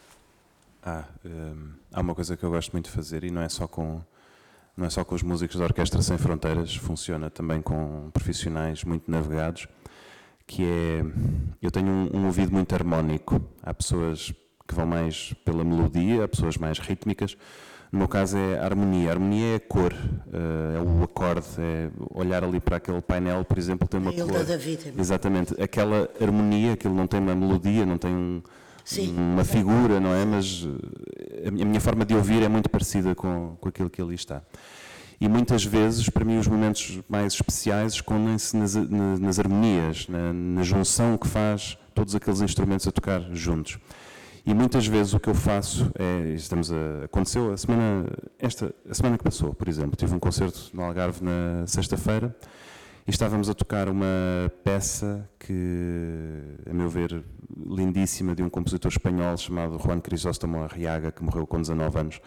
Ah, hum, há uma coisa que eu gosto muito de fazer e não é só com, não é só com os músicos da Orquestra Sem Fronteiras, funciona também com profissionais muito navegados, que é, eu tenho um, um ouvido muito harmónico. Há pessoas que vão mais pela melodia, há pessoas mais rítmicas. No meu caso é a harmonia. A harmonia é a cor, é o acorde, é olhar ali para aquele painel, por exemplo, tem uma a cor. Da vida. Exatamente. Aquela harmonia, aquilo não tem uma melodia, não tem um, uma figura, não é? Mas a minha forma de ouvir é muito parecida com, com aquilo que ali está. E muitas vezes, para mim, os momentos mais especiais escondem-se nas, nas, nas harmonias, na, na junção que faz todos aqueles instrumentos a tocar juntos. E muitas vezes o que eu faço é, estamos a, aconteceu a semana, esta, a semana que passou, por exemplo, tive um concerto no Algarve na sexta-feira e estávamos a tocar uma peça que, a meu ver, lindíssima, de um compositor espanhol chamado Juan Crisóstomo Arriaga, que morreu com dezanove anos,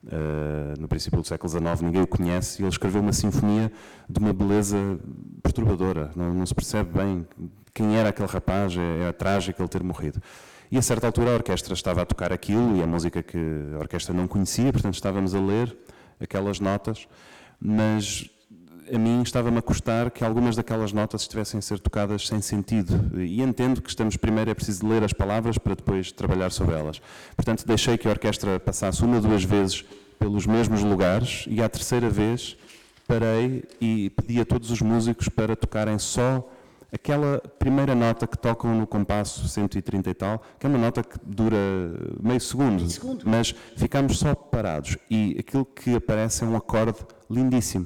uh, no princípio do século dezanove, ninguém o conhece, e ele escreveu uma sinfonia de uma beleza perturbadora, não, não se percebe bem quem era aquele rapaz, é, é trágico ele ter morrido. E a certa altura a orquestra estava a tocar aquilo, e a música que a orquestra não conhecia, portanto estávamos a ler aquelas notas, mas a mim estava-me a custar que algumas daquelas notas estivessem a ser tocadas sem sentido. E entendo que estamos primeiro, é preciso ler as palavras para depois trabalhar sobre elas. Portanto, deixei que a orquestra passasse uma ou duas vezes pelos mesmos lugares, e à terceira vez parei e pedi a todos os músicos para tocarem só aquela primeira nota que tocam no compasso cento e trinta e tal, que é uma nota que dura meio segundo, meio segundo. Mas ficamos só parados e aquilo que aparece é um acorde lindíssimo.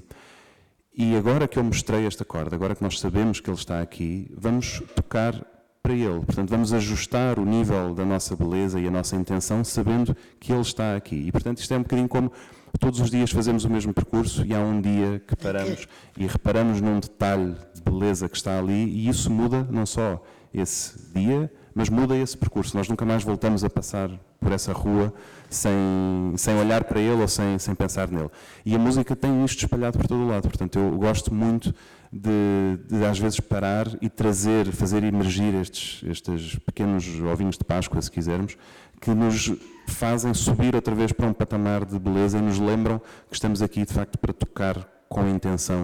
E agora que eu mostrei este acorde, agora que nós sabemos que ele está aqui, vamos tocar para ele. Portanto, vamos ajustar o nível da nossa beleza e a nossa intenção sabendo que ele está aqui. E, portanto, isto é um bocadinho como todos os dias fazemos o mesmo percurso e há um dia que paramos e reparamos num detalhe de beleza que está ali, e isso muda não só esse dia, mas muda esse percurso. Nós nunca mais voltamos a passar por essa rua sem, sem olhar para ele ou sem, sem pensar nele. E a música tem isto espalhado por todo o lado. Portanto, eu gosto muito de, de às vezes parar e trazer, fazer emergir estes, estes pequenos ovinhos de Páscoa, se quisermos, que nos fazem subir outra vez para um patamar de beleza e nos lembram que estamos aqui, de facto, para tocar com intenção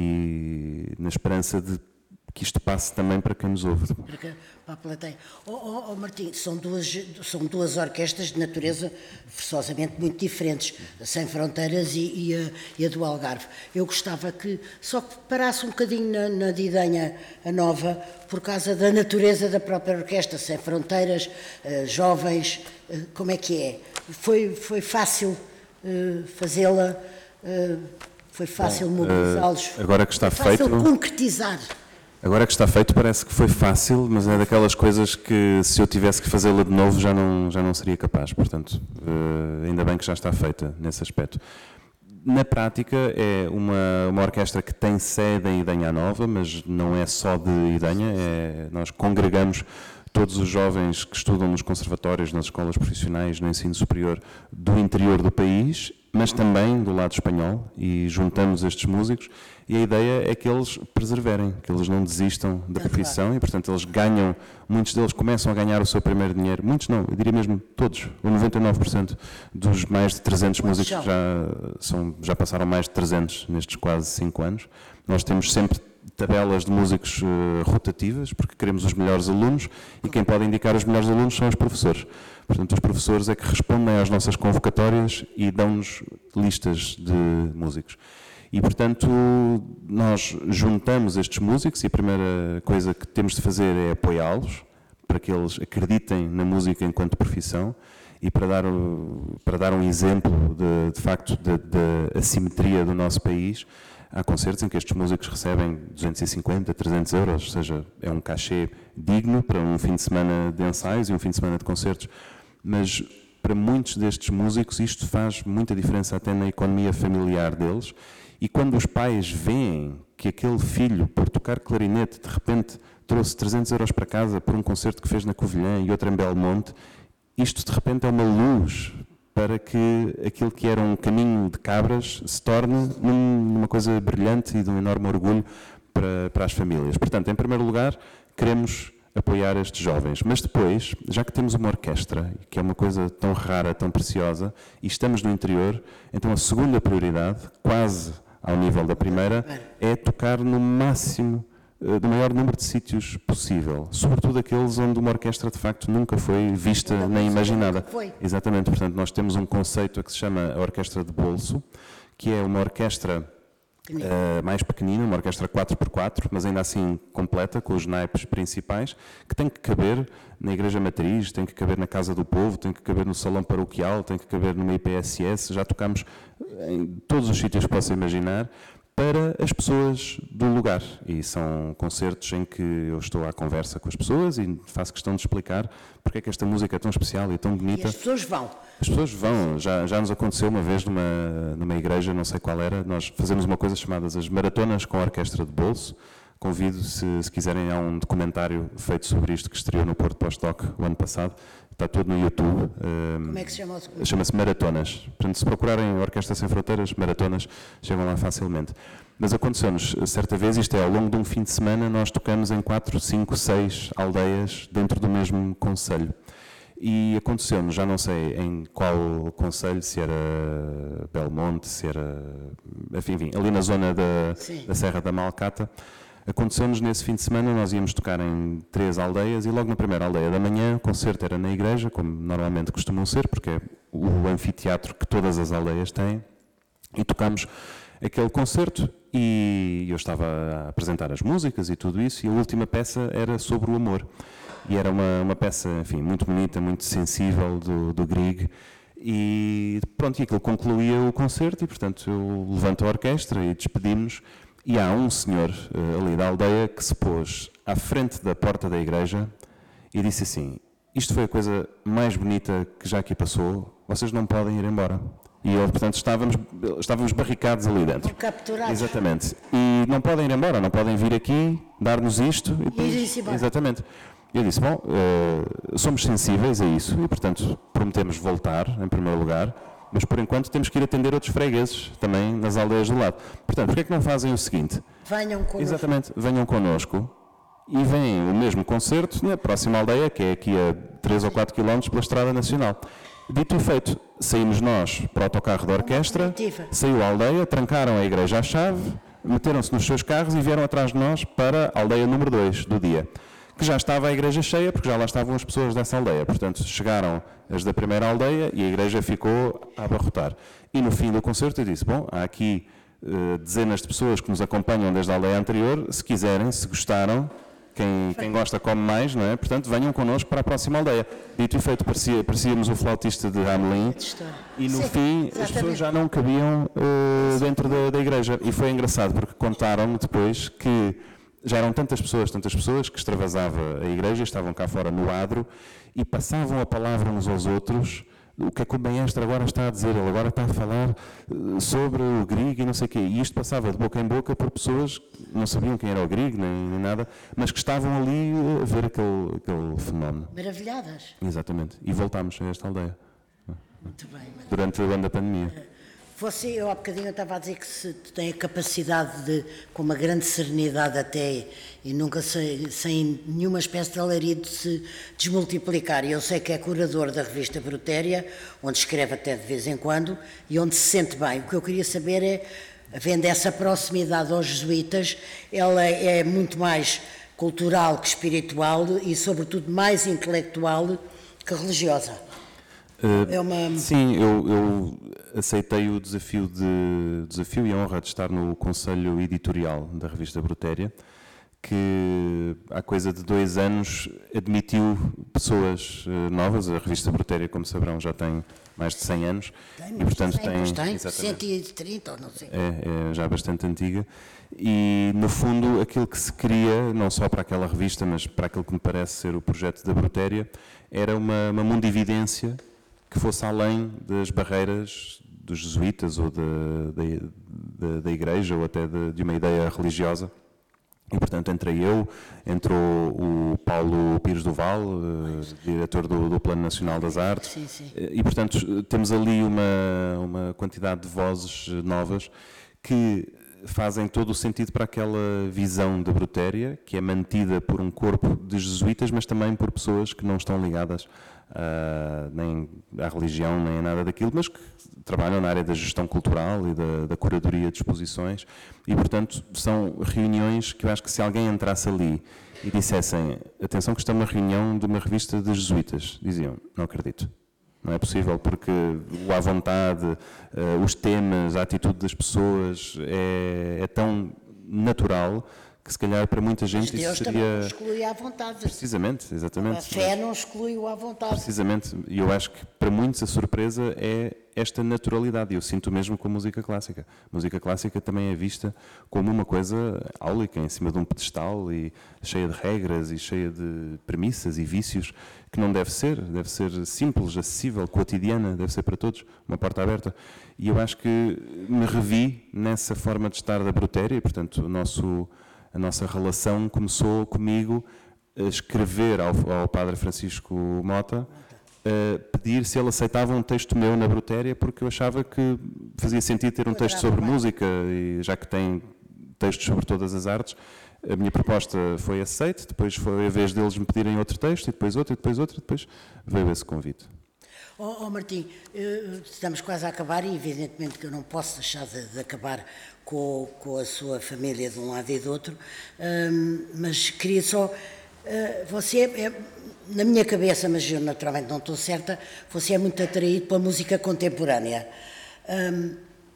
e na esperança de que isto passe também para quem nos ouve. Para a plateia. Oh, oh, oh, Martim, são duas, são duas orquestras de natureza forçosamente muito diferentes, a Sem Fronteiras e, e, a, e a do Algarve. Eu gostava que só que parasse um bocadinho na, na de Idanha a Nova, por causa da natureza da própria orquestra, Sem Fronteiras, uh, jovens, uh, como é que é? Foi, foi fácil uh, fazê-la, uh, foi fácil Bom, mobilizá-los, uh, agora que está foi fácil feito, concretizar. Agora que está feito parece que foi fácil, mas é daquelas coisas que se eu tivesse que fazê-la de novo já não, já não seria capaz. Portanto, uh, ainda bem que já está feita nesse aspecto. Na prática é uma, uma orquestra que tem sede em Idanha Nova, mas não é só de Idanha, é, nós congregamos todos os jovens que estudam nos conservatórios, nas escolas profissionais, no ensino superior do interior do país, mas também do lado espanhol, e juntamos estes músicos, e a ideia é que eles preserverem, que eles não desistam da profissão, e portanto eles ganham, muitos deles começam a ganhar o seu primeiro dinheiro, muitos não, eu diria mesmo todos, o noventa e nove por cento dos mais de trezentos músicos já, são, já passaram mais de trezentos nestes quase cinco anos. Nós temos sempre tabelas de músicos uh, rotativas, porque queremos os melhores alunos, e quem pode indicar os melhores alunos são os professores. Portanto, os professores é que respondem às nossas convocatórias e dão-nos listas de músicos. E, portanto, nós juntamos estes músicos e a primeira coisa que temos de fazer é apoiá-los, para que eles acreditem na música enquanto profissão e para dar, para dar um exemplo, de, de facto, da assimetria do nosso país. há concertos em que estes músicos recebem duzentos e cinquenta, trezentos euros, ou seja, é um cachê digno para um fim de semana de ensaios e um fim de semana de concertos, mas para muitos destes músicos isto faz muita diferença até na economia familiar deles, e quando os pais veem que aquele filho, por tocar clarinete, de repente trouxe trezentos euros para casa por um concerto que fez na Covilhã e outro em Belmonte, isto de repente é uma luz para que aquilo que era um caminho de cabras se torne numa coisa brilhante e de um enorme orgulho para, para as famílias. Portanto, em primeiro lugar, queremos apoiar estes jovens, mas depois, já que temos uma orquestra, que é uma coisa tão rara, tão preciosa, e estamos no interior, então a segunda prioridade, quase ao nível da primeira, é tocar no máximo, do maior número de sítios possível, sobretudo aqueles onde uma orquestra de facto nunca foi vista nem imaginada. Foi. Exatamente, portanto nós temos um conceito que se chama a orquestra de bolso, que é uma orquestra uh, mais pequenina, uma orquestra quatro por quatro, mas ainda assim completa, com os naipes principais, que tem que caber na Igreja Matriz, tem que caber na Casa do Povo, tem que caber no Salão Paroquial, tem que caber numa I P S S, já tocamos em todos os sítios que possa imaginar, para as pessoas do lugar. E são concertos em que eu estou à conversa com as pessoas e faço questão de explicar porque é que esta música é tão especial e tão bonita. E as pessoas vão. As pessoas vão. Já, já nos aconteceu uma vez numa, numa igreja, não sei qual era, nós fazemos uma coisa chamada as maratonas com a orquestra de bolso. Convido, se, se quiserem, há um documentário feito sobre isto que estreou no Porto Pós-Doc o ano passado. Está tudo no YouTube. Como é que se chama o documentário? Chama-se Maratonas. Portanto, se procurarem Orquestra Sem Fronteiras, Maratonas, chegam lá facilmente. Mas aconteceu-nos, certa vez, isto é, ao longo de um fim de semana, nós tocamos em quatro, cinco, seis aldeias dentro do mesmo concelho. E aconteceu-nos, já não sei em qual concelho, se era Belmonte, se era... Enfim, enfim ali na zona da, da Serra da Malcata. Aconteceu-nos nesse fim de semana, nós íamos tocar em três aldeias e logo na primeira aldeia da manhã o concerto era na igreja, como normalmente costumam ser, porque é o anfiteatro que todas as aldeias têm, e tocámos aquele concerto e eu estava a apresentar as músicas e tudo isso, e a última peça era sobre o amor. E era uma, uma peça, enfim, muito bonita, muito sensível do, do Grieg. E pronto, e aquilo concluía o concerto e, portanto, eu levanto a orquestra e despedimos-nos. E há um senhor uh, ali da aldeia que se pôs à frente da porta da igreja e disse assim: isto foi a coisa mais bonita que já aqui passou, vocês não podem ir embora. E eu, portanto, estávamos, estávamos barricados ali dentro. Capturados. Exatamente. E não podem ir embora, não podem vir aqui, dar-nos isto. E depois, ir-se embora. Exatamente. E eu disse, bom, uh, somos sensíveis a isso e, portanto, prometemos voltar, em primeiro lugar, mas por enquanto temos que ir atender outros fregueses, também nas aldeias do lado. Portanto, porquê é que não fazem o seguinte? Venham connosco. Exatamente, venham connosco e vêm o mesmo concerto na próxima aldeia, que é aqui a três ou quatro quilómetros pela Estrada Nacional. Dito e feito, saímos nós para o autocarro da orquestra, saiu a aldeia, trancaram a igreja à chave, meteram-se nos seus carros e vieram atrás de nós para a aldeia número dois do dia, que já estava a igreja cheia, porque já lá estavam as pessoas dessa aldeia. Portanto, chegaram as da primeira aldeia e a igreja ficou a abarrotar. E no fim do concerto eu disse, bom, há aqui uh, dezenas de pessoas que nos acompanham desde a aldeia anterior, se quiserem, se gostaram, quem, quem gosta come mais, não é? Portanto, venham connosco para a próxima aldeia. Dito e feito, parecia, parecíamos o flautista de Hamelin, e no Sim, fim exatamente. as pessoas já não cabiam uh, dentro da, da igreja. E foi engraçado, porque contaram-me depois que já eram tantas pessoas, tantas pessoas, que extravasava a igreja, estavam cá fora no adro e passavam a palavra uns aos outros. O que é que o maestro agora está a dizer? Ele agora está a falar sobre o Grieg e não sei o quê. E isto passava de boca em boca por pessoas que não sabiam quem era o Grieg, nem, nem nada, mas que estavam ali a ver aquele, aquele fenómeno. Maravilhadas. Exatamente. E voltámos a esta aldeia. Muito bem. Maravilha. Durante o ano da pandemia. Você, eu há bocadinho eu estava a dizer que se tem a capacidade de, com uma grande serenidade até, e nunca sem, sem nenhuma espécie de alarido, se desmultiplicar. E eu sei que é curador da revista Brutéria, onde escreve até de vez em quando, e onde se sente bem. O que eu queria saber é, havendo essa proximidade aos jesuítas, ela é muito mais cultural que espiritual e, sobretudo, mais intelectual que religiosa. Uh, é uma... Sim, eu, eu aceitei o desafio, de, desafio e a honra de estar no Conselho Editorial da revista Brutéria, que há coisa de dois anos admitiu pessoas uh, novas. A revista Brutéria, como saberão, já tem mais de cem anos. Tem, e, portanto, tem, tem exatamente, cento e trinta ou não sei. É, é já bastante antiga. E, no fundo, aquilo que se queria, não só para aquela revista, mas para aquilo que me parece ser o projeto da Brutéria, era uma, uma mundividência que fosse além das barreiras dos jesuítas ou da, da, da igreja ou até de, de uma ideia religiosa. E, portanto, entrei eu, entrou o Paulo Pires Duval, uh, diretor do, do Plano Nacional das Artes, sim, sim. E, portanto, temos ali uma, uma quantidade de vozes novas que fazem todo o sentido para aquela visão da Brutéria, que é mantida por um corpo de jesuítas, mas também por pessoas que não estão ligadas uh, nem à religião, nem a nada daquilo, mas que trabalham na área da gestão cultural e da, da curadoria de exposições. E, portanto, são reuniões que eu acho que se alguém entrasse ali e dissessem, atenção que está uma reunião de uma revista de jesuítas, diziam, não acredito. Não é possível, porque o à vontade, uh, os temas, a atitude das pessoas é, é tão natural que se calhar para muita gente Mas Deus isso também não seria... exclui à vontade. Precisamente, exatamente. A fé não exclui o à vontade. Precisamente, e eu acho que para muitos a surpresa é esta naturalidade, e eu sinto mesmo com a música clássica. A música clássica também é vista como uma coisa áulica, em cima de um pedestal, e cheia de regras, e cheia de premissas e vícios, que não deve ser, deve ser simples, acessível, cotidiana, deve ser para todos, uma porta aberta. E eu acho que me revi nessa forma de estar da Brutéria, e portanto o nosso, a nossa relação começou comigo a escrever ao, ao Padre Francisco Mota, a pedir se ele aceitava um texto meu na Brutéria, porque eu achava que fazia sentido ter um texto sobre música, e já que tem textos sobre todas as artes, a minha proposta foi aceita, depois foi a vez deles me pedirem outro texto, e depois outro, e depois outro, e depois veio esse convite. Oh, oh Martim, estamos quase a acabar e evidentemente que eu não posso deixar de, de acabar com, com a sua família de um lado e do outro, um, mas queria só, uh, você é, é, na minha cabeça, mas eu naturalmente não estou certa, você é muito atraído pela música contemporânea, um,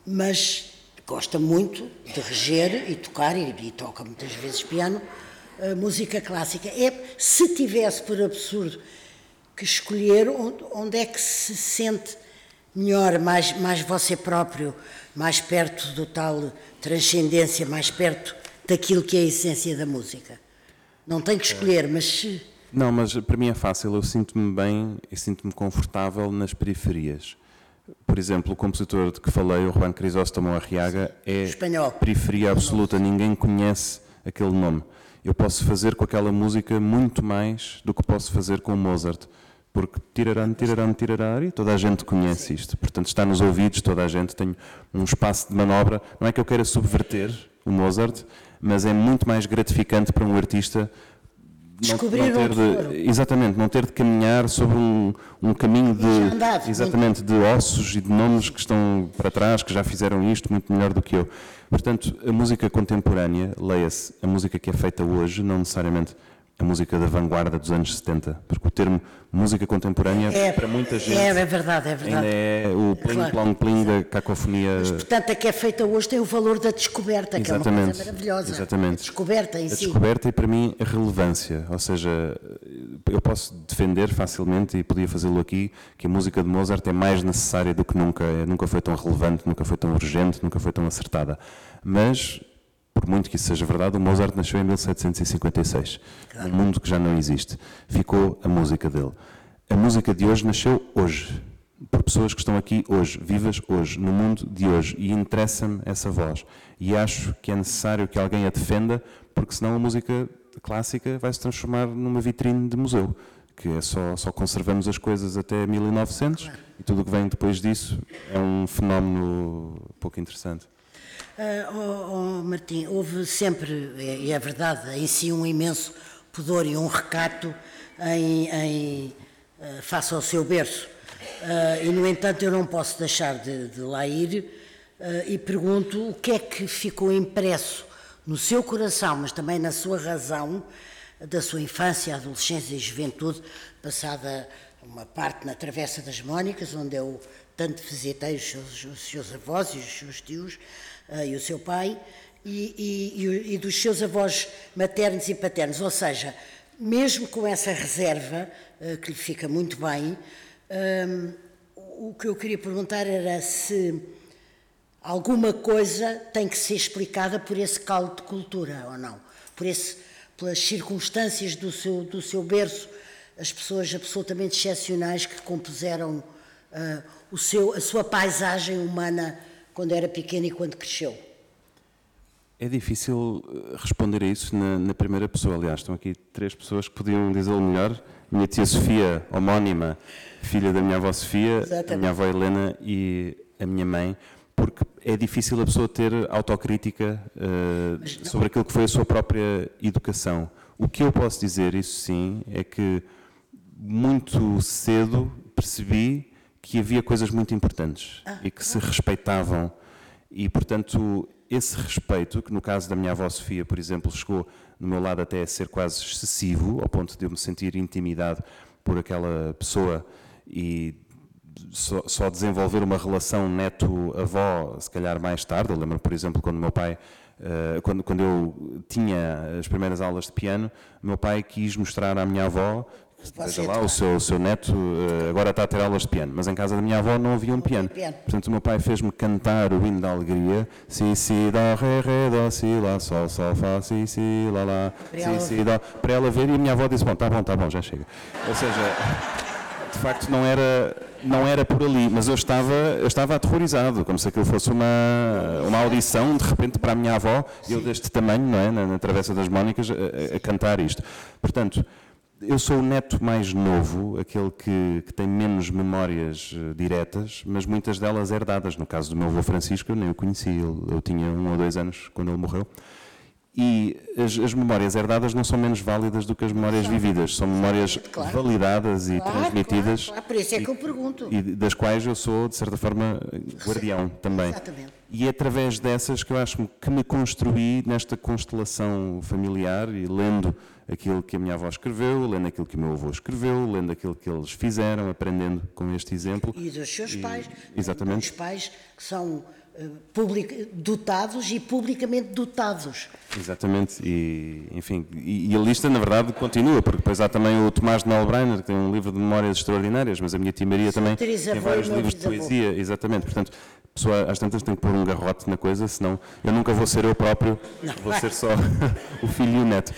mas gosta muito de reger e tocar, e, e toca muitas vezes piano, uh, música clássica. É, se tivesse por absurdo que escolher onde, onde é que se sente melhor, mais, mais você próprio, mais perto do tal transcendência, mais perto daquilo que é a essência da música. Não tem que escolher, mas... Se... Não, mas para mim é fácil, eu sinto-me bem e sinto-me confortável nas periferias. Por exemplo, o compositor de que falei, o Juan Crisóstomo Arriaga, é espanhol, periferia absoluta, ninguém conhece aquele nome. Eu posso fazer com aquela música muito mais do que posso fazer com Mozart, porque tiraram, tiraram, tiraram, e toda a gente conhece isto. Portanto, está nos ouvidos, toda a gente tem um espaço de manobra. Não é que eu queira subverter o Mozart, mas é muito mais gratificante para um artista descobrir não, não ter de, exatamente, não ter de caminhar sobre um, um caminho de, andado, exatamente, de ossos e de nomes que estão para trás, que já fizeram isto muito melhor do que eu. Portanto, a música contemporânea, leia-se, a música que é feita hoje, não necessariamente a música da vanguarda dos anos setenta, porque o termo música contemporânea, é, para muita gente, é, é verdade, é verdade. ainda é o pling-plong-pling da cacofonia. Mas, portanto, a que é feita hoje tem o valor da descoberta, que exatamente, é uma coisa maravilhosa. Exatamente. A descoberta em a si. A descoberta e, para mim, a relevância. Ou seja, eu posso defender facilmente, e podia fazê-lo aqui, que a música de Mozart é mais necessária do que nunca. Nunca foi tão relevante, nunca foi tão urgente, nunca foi tão acertada. Mas... por muito que isso seja verdade, o Mozart nasceu em mil setecentos e cinquenta e seis, claro. Num mundo que já não existe. Ficou a música dele. A música de hoje nasceu hoje, por pessoas que estão aqui hoje, vivas hoje, no mundo de hoje, e interessa-me essa voz. E acho que é necessário que alguém a defenda, porque senão a música clássica vai se transformar numa vitrine de museu, que é só, só conservamos as coisas até mil e novecentos, claro. E tudo o que vem depois disso é um fenómeno pouco interessante. Uh, oh, oh, Martim, houve sempre, e é, é verdade, em si um imenso pudor e um recato em, em, uh, face ao seu berço. Uh, e, no entanto, eu não posso deixar de, de lá ir uh, e pergunto o que é que ficou impresso no seu coração, mas também na sua razão, da sua infância, adolescência e juventude, passada uma parte na Travessa das Mónicas, onde eu tanto visitei os seus, os seus avós e os seus tios, Uh, e o seu pai, e, e, e dos seus avós maternos e paternos, ou seja, mesmo com essa reserva, uh, que lhe fica muito bem, um, o que eu queria perguntar era se alguma coisa tem que ser explicada por esse caldo de cultura ou não, por esse, pelas circunstâncias do seu, do seu berço, as pessoas absolutamente excepcionais que compuseram uh, o seu, a sua paisagem humana quando era pequeno e quando cresceu. É difícil responder a isso na, na primeira pessoa. Aliás, estão aqui três pessoas que podiam dizê-lo melhor. Minha tia Sofia, homónima, filha da minha avó Sofia, Exatamente. a minha avó Helena e a minha mãe, porque é difícil a pessoa ter autocrítica uh, sobre aquilo que foi a sua própria educação. O que eu posso dizer, isso sim, é que muito cedo percebi que havia coisas muito importantes ah, e que ah. se respeitavam e, portanto, esse respeito, que no caso da minha avó Sofia, por exemplo, chegou no meu lado até a ser quase excessivo, ao ponto de eu me sentir intimidado por aquela pessoa e só, só desenvolver uma relação neto-avó, se calhar mais tarde. Eu lembro, por exemplo, quando o meu pai, uh, quando, quando eu tinha as primeiras aulas de piano, o meu pai quis mostrar à minha avó, veja lá, o seu, o seu neto uh, agora está a ter aulas de piano, mas em casa da minha avó não havia um piano. Portanto, o meu pai fez-me cantar o hino da alegria, si, si, dó, ré, ré, dó, si, lá, sol, sol, fá, si, si, lá, lá, si, si, dó, para ela ver, e a minha avó disse, bom, está bom, está bom, já chega. Ou seja, de facto não era, não era por ali, mas eu estava, eu estava aterrorizado, como se aquilo fosse uma, uma audição, de repente, para a minha avó, eu deste tamanho, não é, na, na Travessa das Mónicas, a, a cantar isto. Portanto, eu sou o neto mais novo, aquele que, que tem menos memórias uh, diretas, mas muitas delas herdadas. No caso do meu avô Francisco, eu nem o conheci, ele, eu tinha um ou dois anos quando ele morreu. E as, as memórias herdadas não são menos válidas do que as memórias vividas, são memórias claro. validadas e claro, transmitidas. Claro, claro. Por isso é que eu pergunto. E, e das quais eu sou, de certa forma, guardião também. Exatamente. E é através dessas que eu acho que me construí nesta constelação familiar e lendo aquilo que a minha avó escreveu, lendo aquilo que o meu avô escreveu, lendo aquilo que eles fizeram, aprendendo com este exemplo. E dos seus e, pais. Exatamente. Dos pais que são uh, public, dotados e publicamente dotados. Exatamente. E, enfim, e, e a lista, na verdade, continua, porque depois há também o Tomás de Melbrenner, que tem um livro de memórias extraordinárias, mas a minha tia Maria também tem vários livros de poesia. Exatamente. Portanto, a pessoa às tantas tem que pôr um garrote na coisa, senão eu nunca vou ser eu próprio, não, vou ser só o filho e o neto.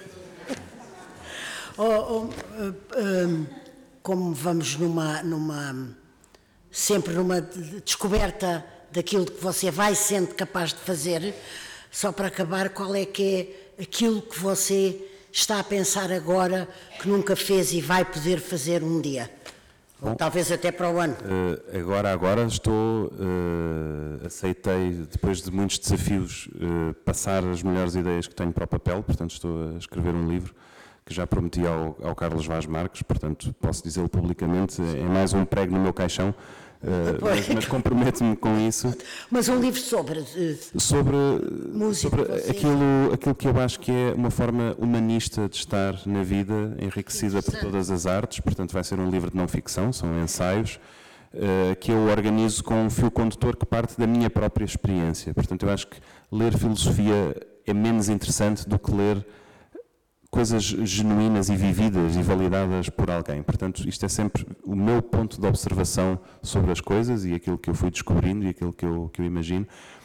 Oh, oh, uh, um, como vamos numa, numa, sempre numa descoberta daquilo que você vai sendo capaz de fazer, só para acabar, qual é que é aquilo que você está a pensar agora que nunca fez e vai poder fazer um dia? Bom, ou talvez até para o ano. Uh, agora, agora estou, uh, aceitei, depois de muitos desafios, uh, passar as melhores ideias que tenho para o papel, portanto estou a escrever um livro que já prometi ao, ao Carlos Vaz Marques, portanto posso dizê-lo publicamente, é mais um prego no meu caixão, uh, mas, mas comprometo-me com isso. Mas um livro sobre... Uh, sobre música, sobre aquilo, aquilo que eu acho que é uma forma humanista de estar na vida, enriquecida por todas as artes, portanto vai ser um livro de não ficção, são ensaios, uh, que eu organizo com um fio condutor que parte da minha própria experiência. Portanto eu acho que ler filosofia é menos interessante do que ler coisas genuínas e vividas e validadas por alguém. Portanto, isto é sempre o meu ponto de observação sobre as coisas e aquilo que eu fui descobrindo e aquilo que eu, que eu imagino.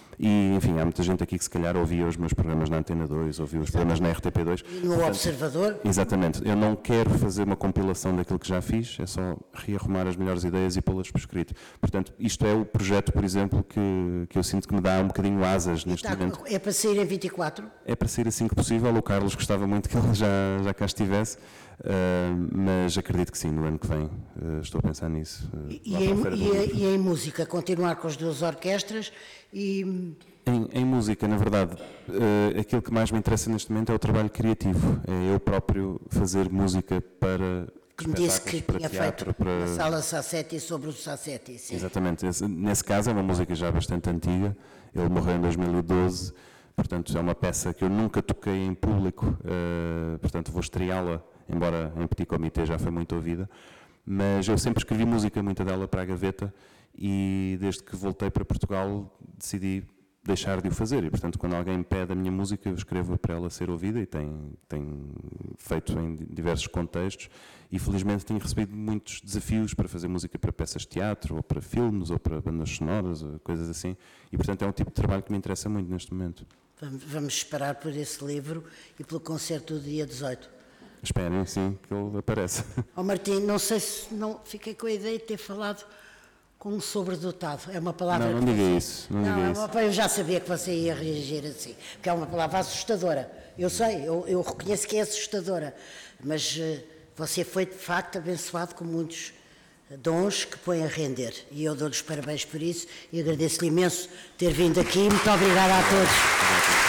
E, enfim, há muita gente aqui que se calhar ouvia os meus programas na Antena dois, ouvia os programas na R T P dois. E no Portanto, Observador? Exatamente. Eu não quero fazer uma compilação daquilo que já fiz, é só rearrumar as melhores ideias e pô-las por escrito. Portanto, isto é o projeto, por exemplo, que, que eu sinto que me dá um bocadinho asas neste está, momento. É para sair em vinte e quatro? É para sair assim que possível. O Carlos gostava muito que ele já, já cá estivesse, uh, mas acredito que sim, no ano que vem. Uh, estou a pensar nisso. Uh, e, e, em, e, e em música, continuar com as duas orquestras e... Em, em música, na verdade, uh, aquilo que mais me interessa neste momento é o trabalho criativo. É eu próprio fazer música para que me disse que para tinha teatro, feito para... na Sala Sassetti sobre o Sassetti. Sim. Exatamente. Esse, nesse caso é uma música já bastante antiga. Ele morreu em dois mil e doze, portanto é uma peça que eu nunca toquei em público, uh, portanto vou estreá-la, embora em petit comité já foi muito ouvida. Mas eu sempre escrevi música, muita dela para a gaveta, e desde que voltei para Portugal decidi deixar de o fazer. E, portanto, quando alguém me pede a minha música, eu escrevo para ela ser ouvida e tem, tem feito em diversos contextos. E, felizmente, tenho recebido muitos desafios para fazer música para peças de teatro, ou para filmes, ou para bandas sonoras, ou coisas assim. E, portanto, é um tipo de trabalho que me interessa muito neste momento. Vamos esperar por esse livro e pelo concerto do dia dezoito. Esperem, sim, que ele apareça. Oh, Martim, não sei se não fiquei com a ideia de ter falado com um sobredotado. É uma palavra... Não, não que diga você... isso. Não, não diga é isso. uma... eu já sabia que você ia reagir assim, porque é uma palavra assustadora. Eu sei, eu, eu reconheço que é assustadora, mas uh, você foi de facto abençoado com muitos dons que põem a render. E eu dou-lhes parabéns por isso e agradeço-lhe imenso ter vindo aqui. Muito obrigada a todos.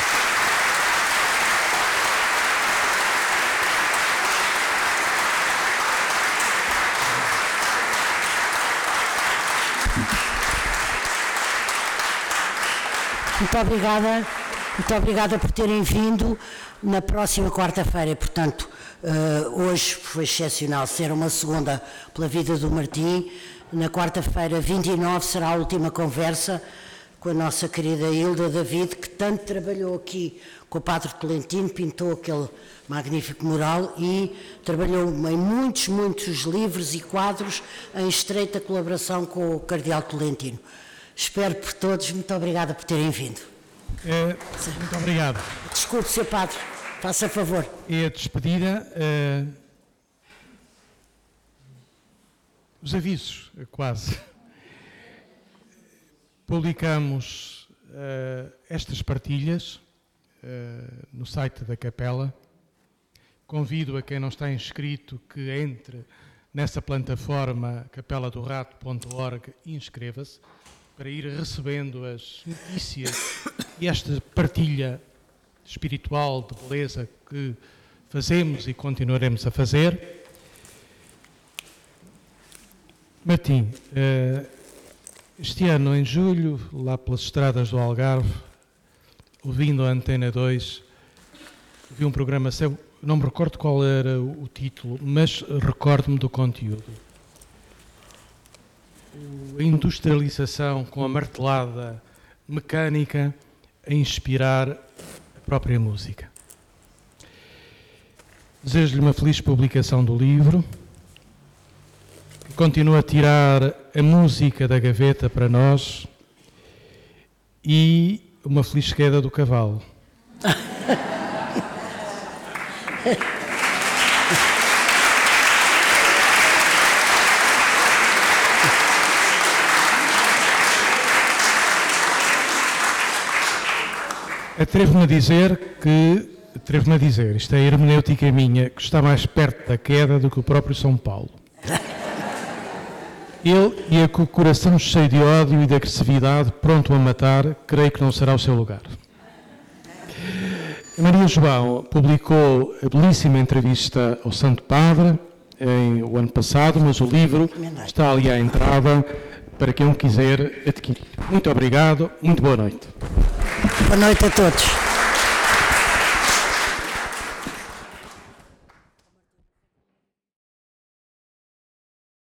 Muito obrigada, muito obrigada por terem vindo na próxima quarta-feira. Portanto, uh, hoje foi excepcional ser uma segunda pela vida do Martim. Na quarta-feira, vinte e nove, será a última conversa com a nossa querida Hilda David, que tanto trabalhou aqui com o Padre Tolentino, pintou aquele magnífico mural e trabalhou em muitos, muitos livros e quadros em estreita colaboração com o Cardeal Tolentino. Espero por todos. Muito obrigada por terem vindo. É, muito obrigado. Desculpe, senhor Padre, faça favor. É a despedida. É, os avisos, quase. Publicamos é, estas partilhas é, no site da Capela. Convido a quem não está inscrito que entre nessa plataforma capela do rato ponto org e inscreva-se, para ir recebendo as notícias e esta partilha espiritual de beleza que fazemos e continuaremos a fazer. Martim, este ano, em julho, lá pelas estradas do Algarve, ouvindo a Antena dois, vi um programa seu, não me recordo qual era o título, mas recordo-me do conteúdo. A industrialização com a martelada mecânica a inspirar a própria música. Desejo-lhe uma feliz publicação do livro, que continue a tirar a música da gaveta para nós e uma feliz queda do cavalo. Atrevo-me a dizer que, atrevo-me a dizer, isto é a hermenêutica minha, que está mais perto da queda do que o próprio São Paulo. Ele ia com o coração cheio de ódio e de agressividade, pronto a matar, creio que não será o seu lugar. Maria João publicou a belíssima entrevista ao Santo Padre em, o ano passado, mas o livro está ali à entrada para quem o quiser adquirir. Muito obrigado, muito boa noite. Boa noite a todos.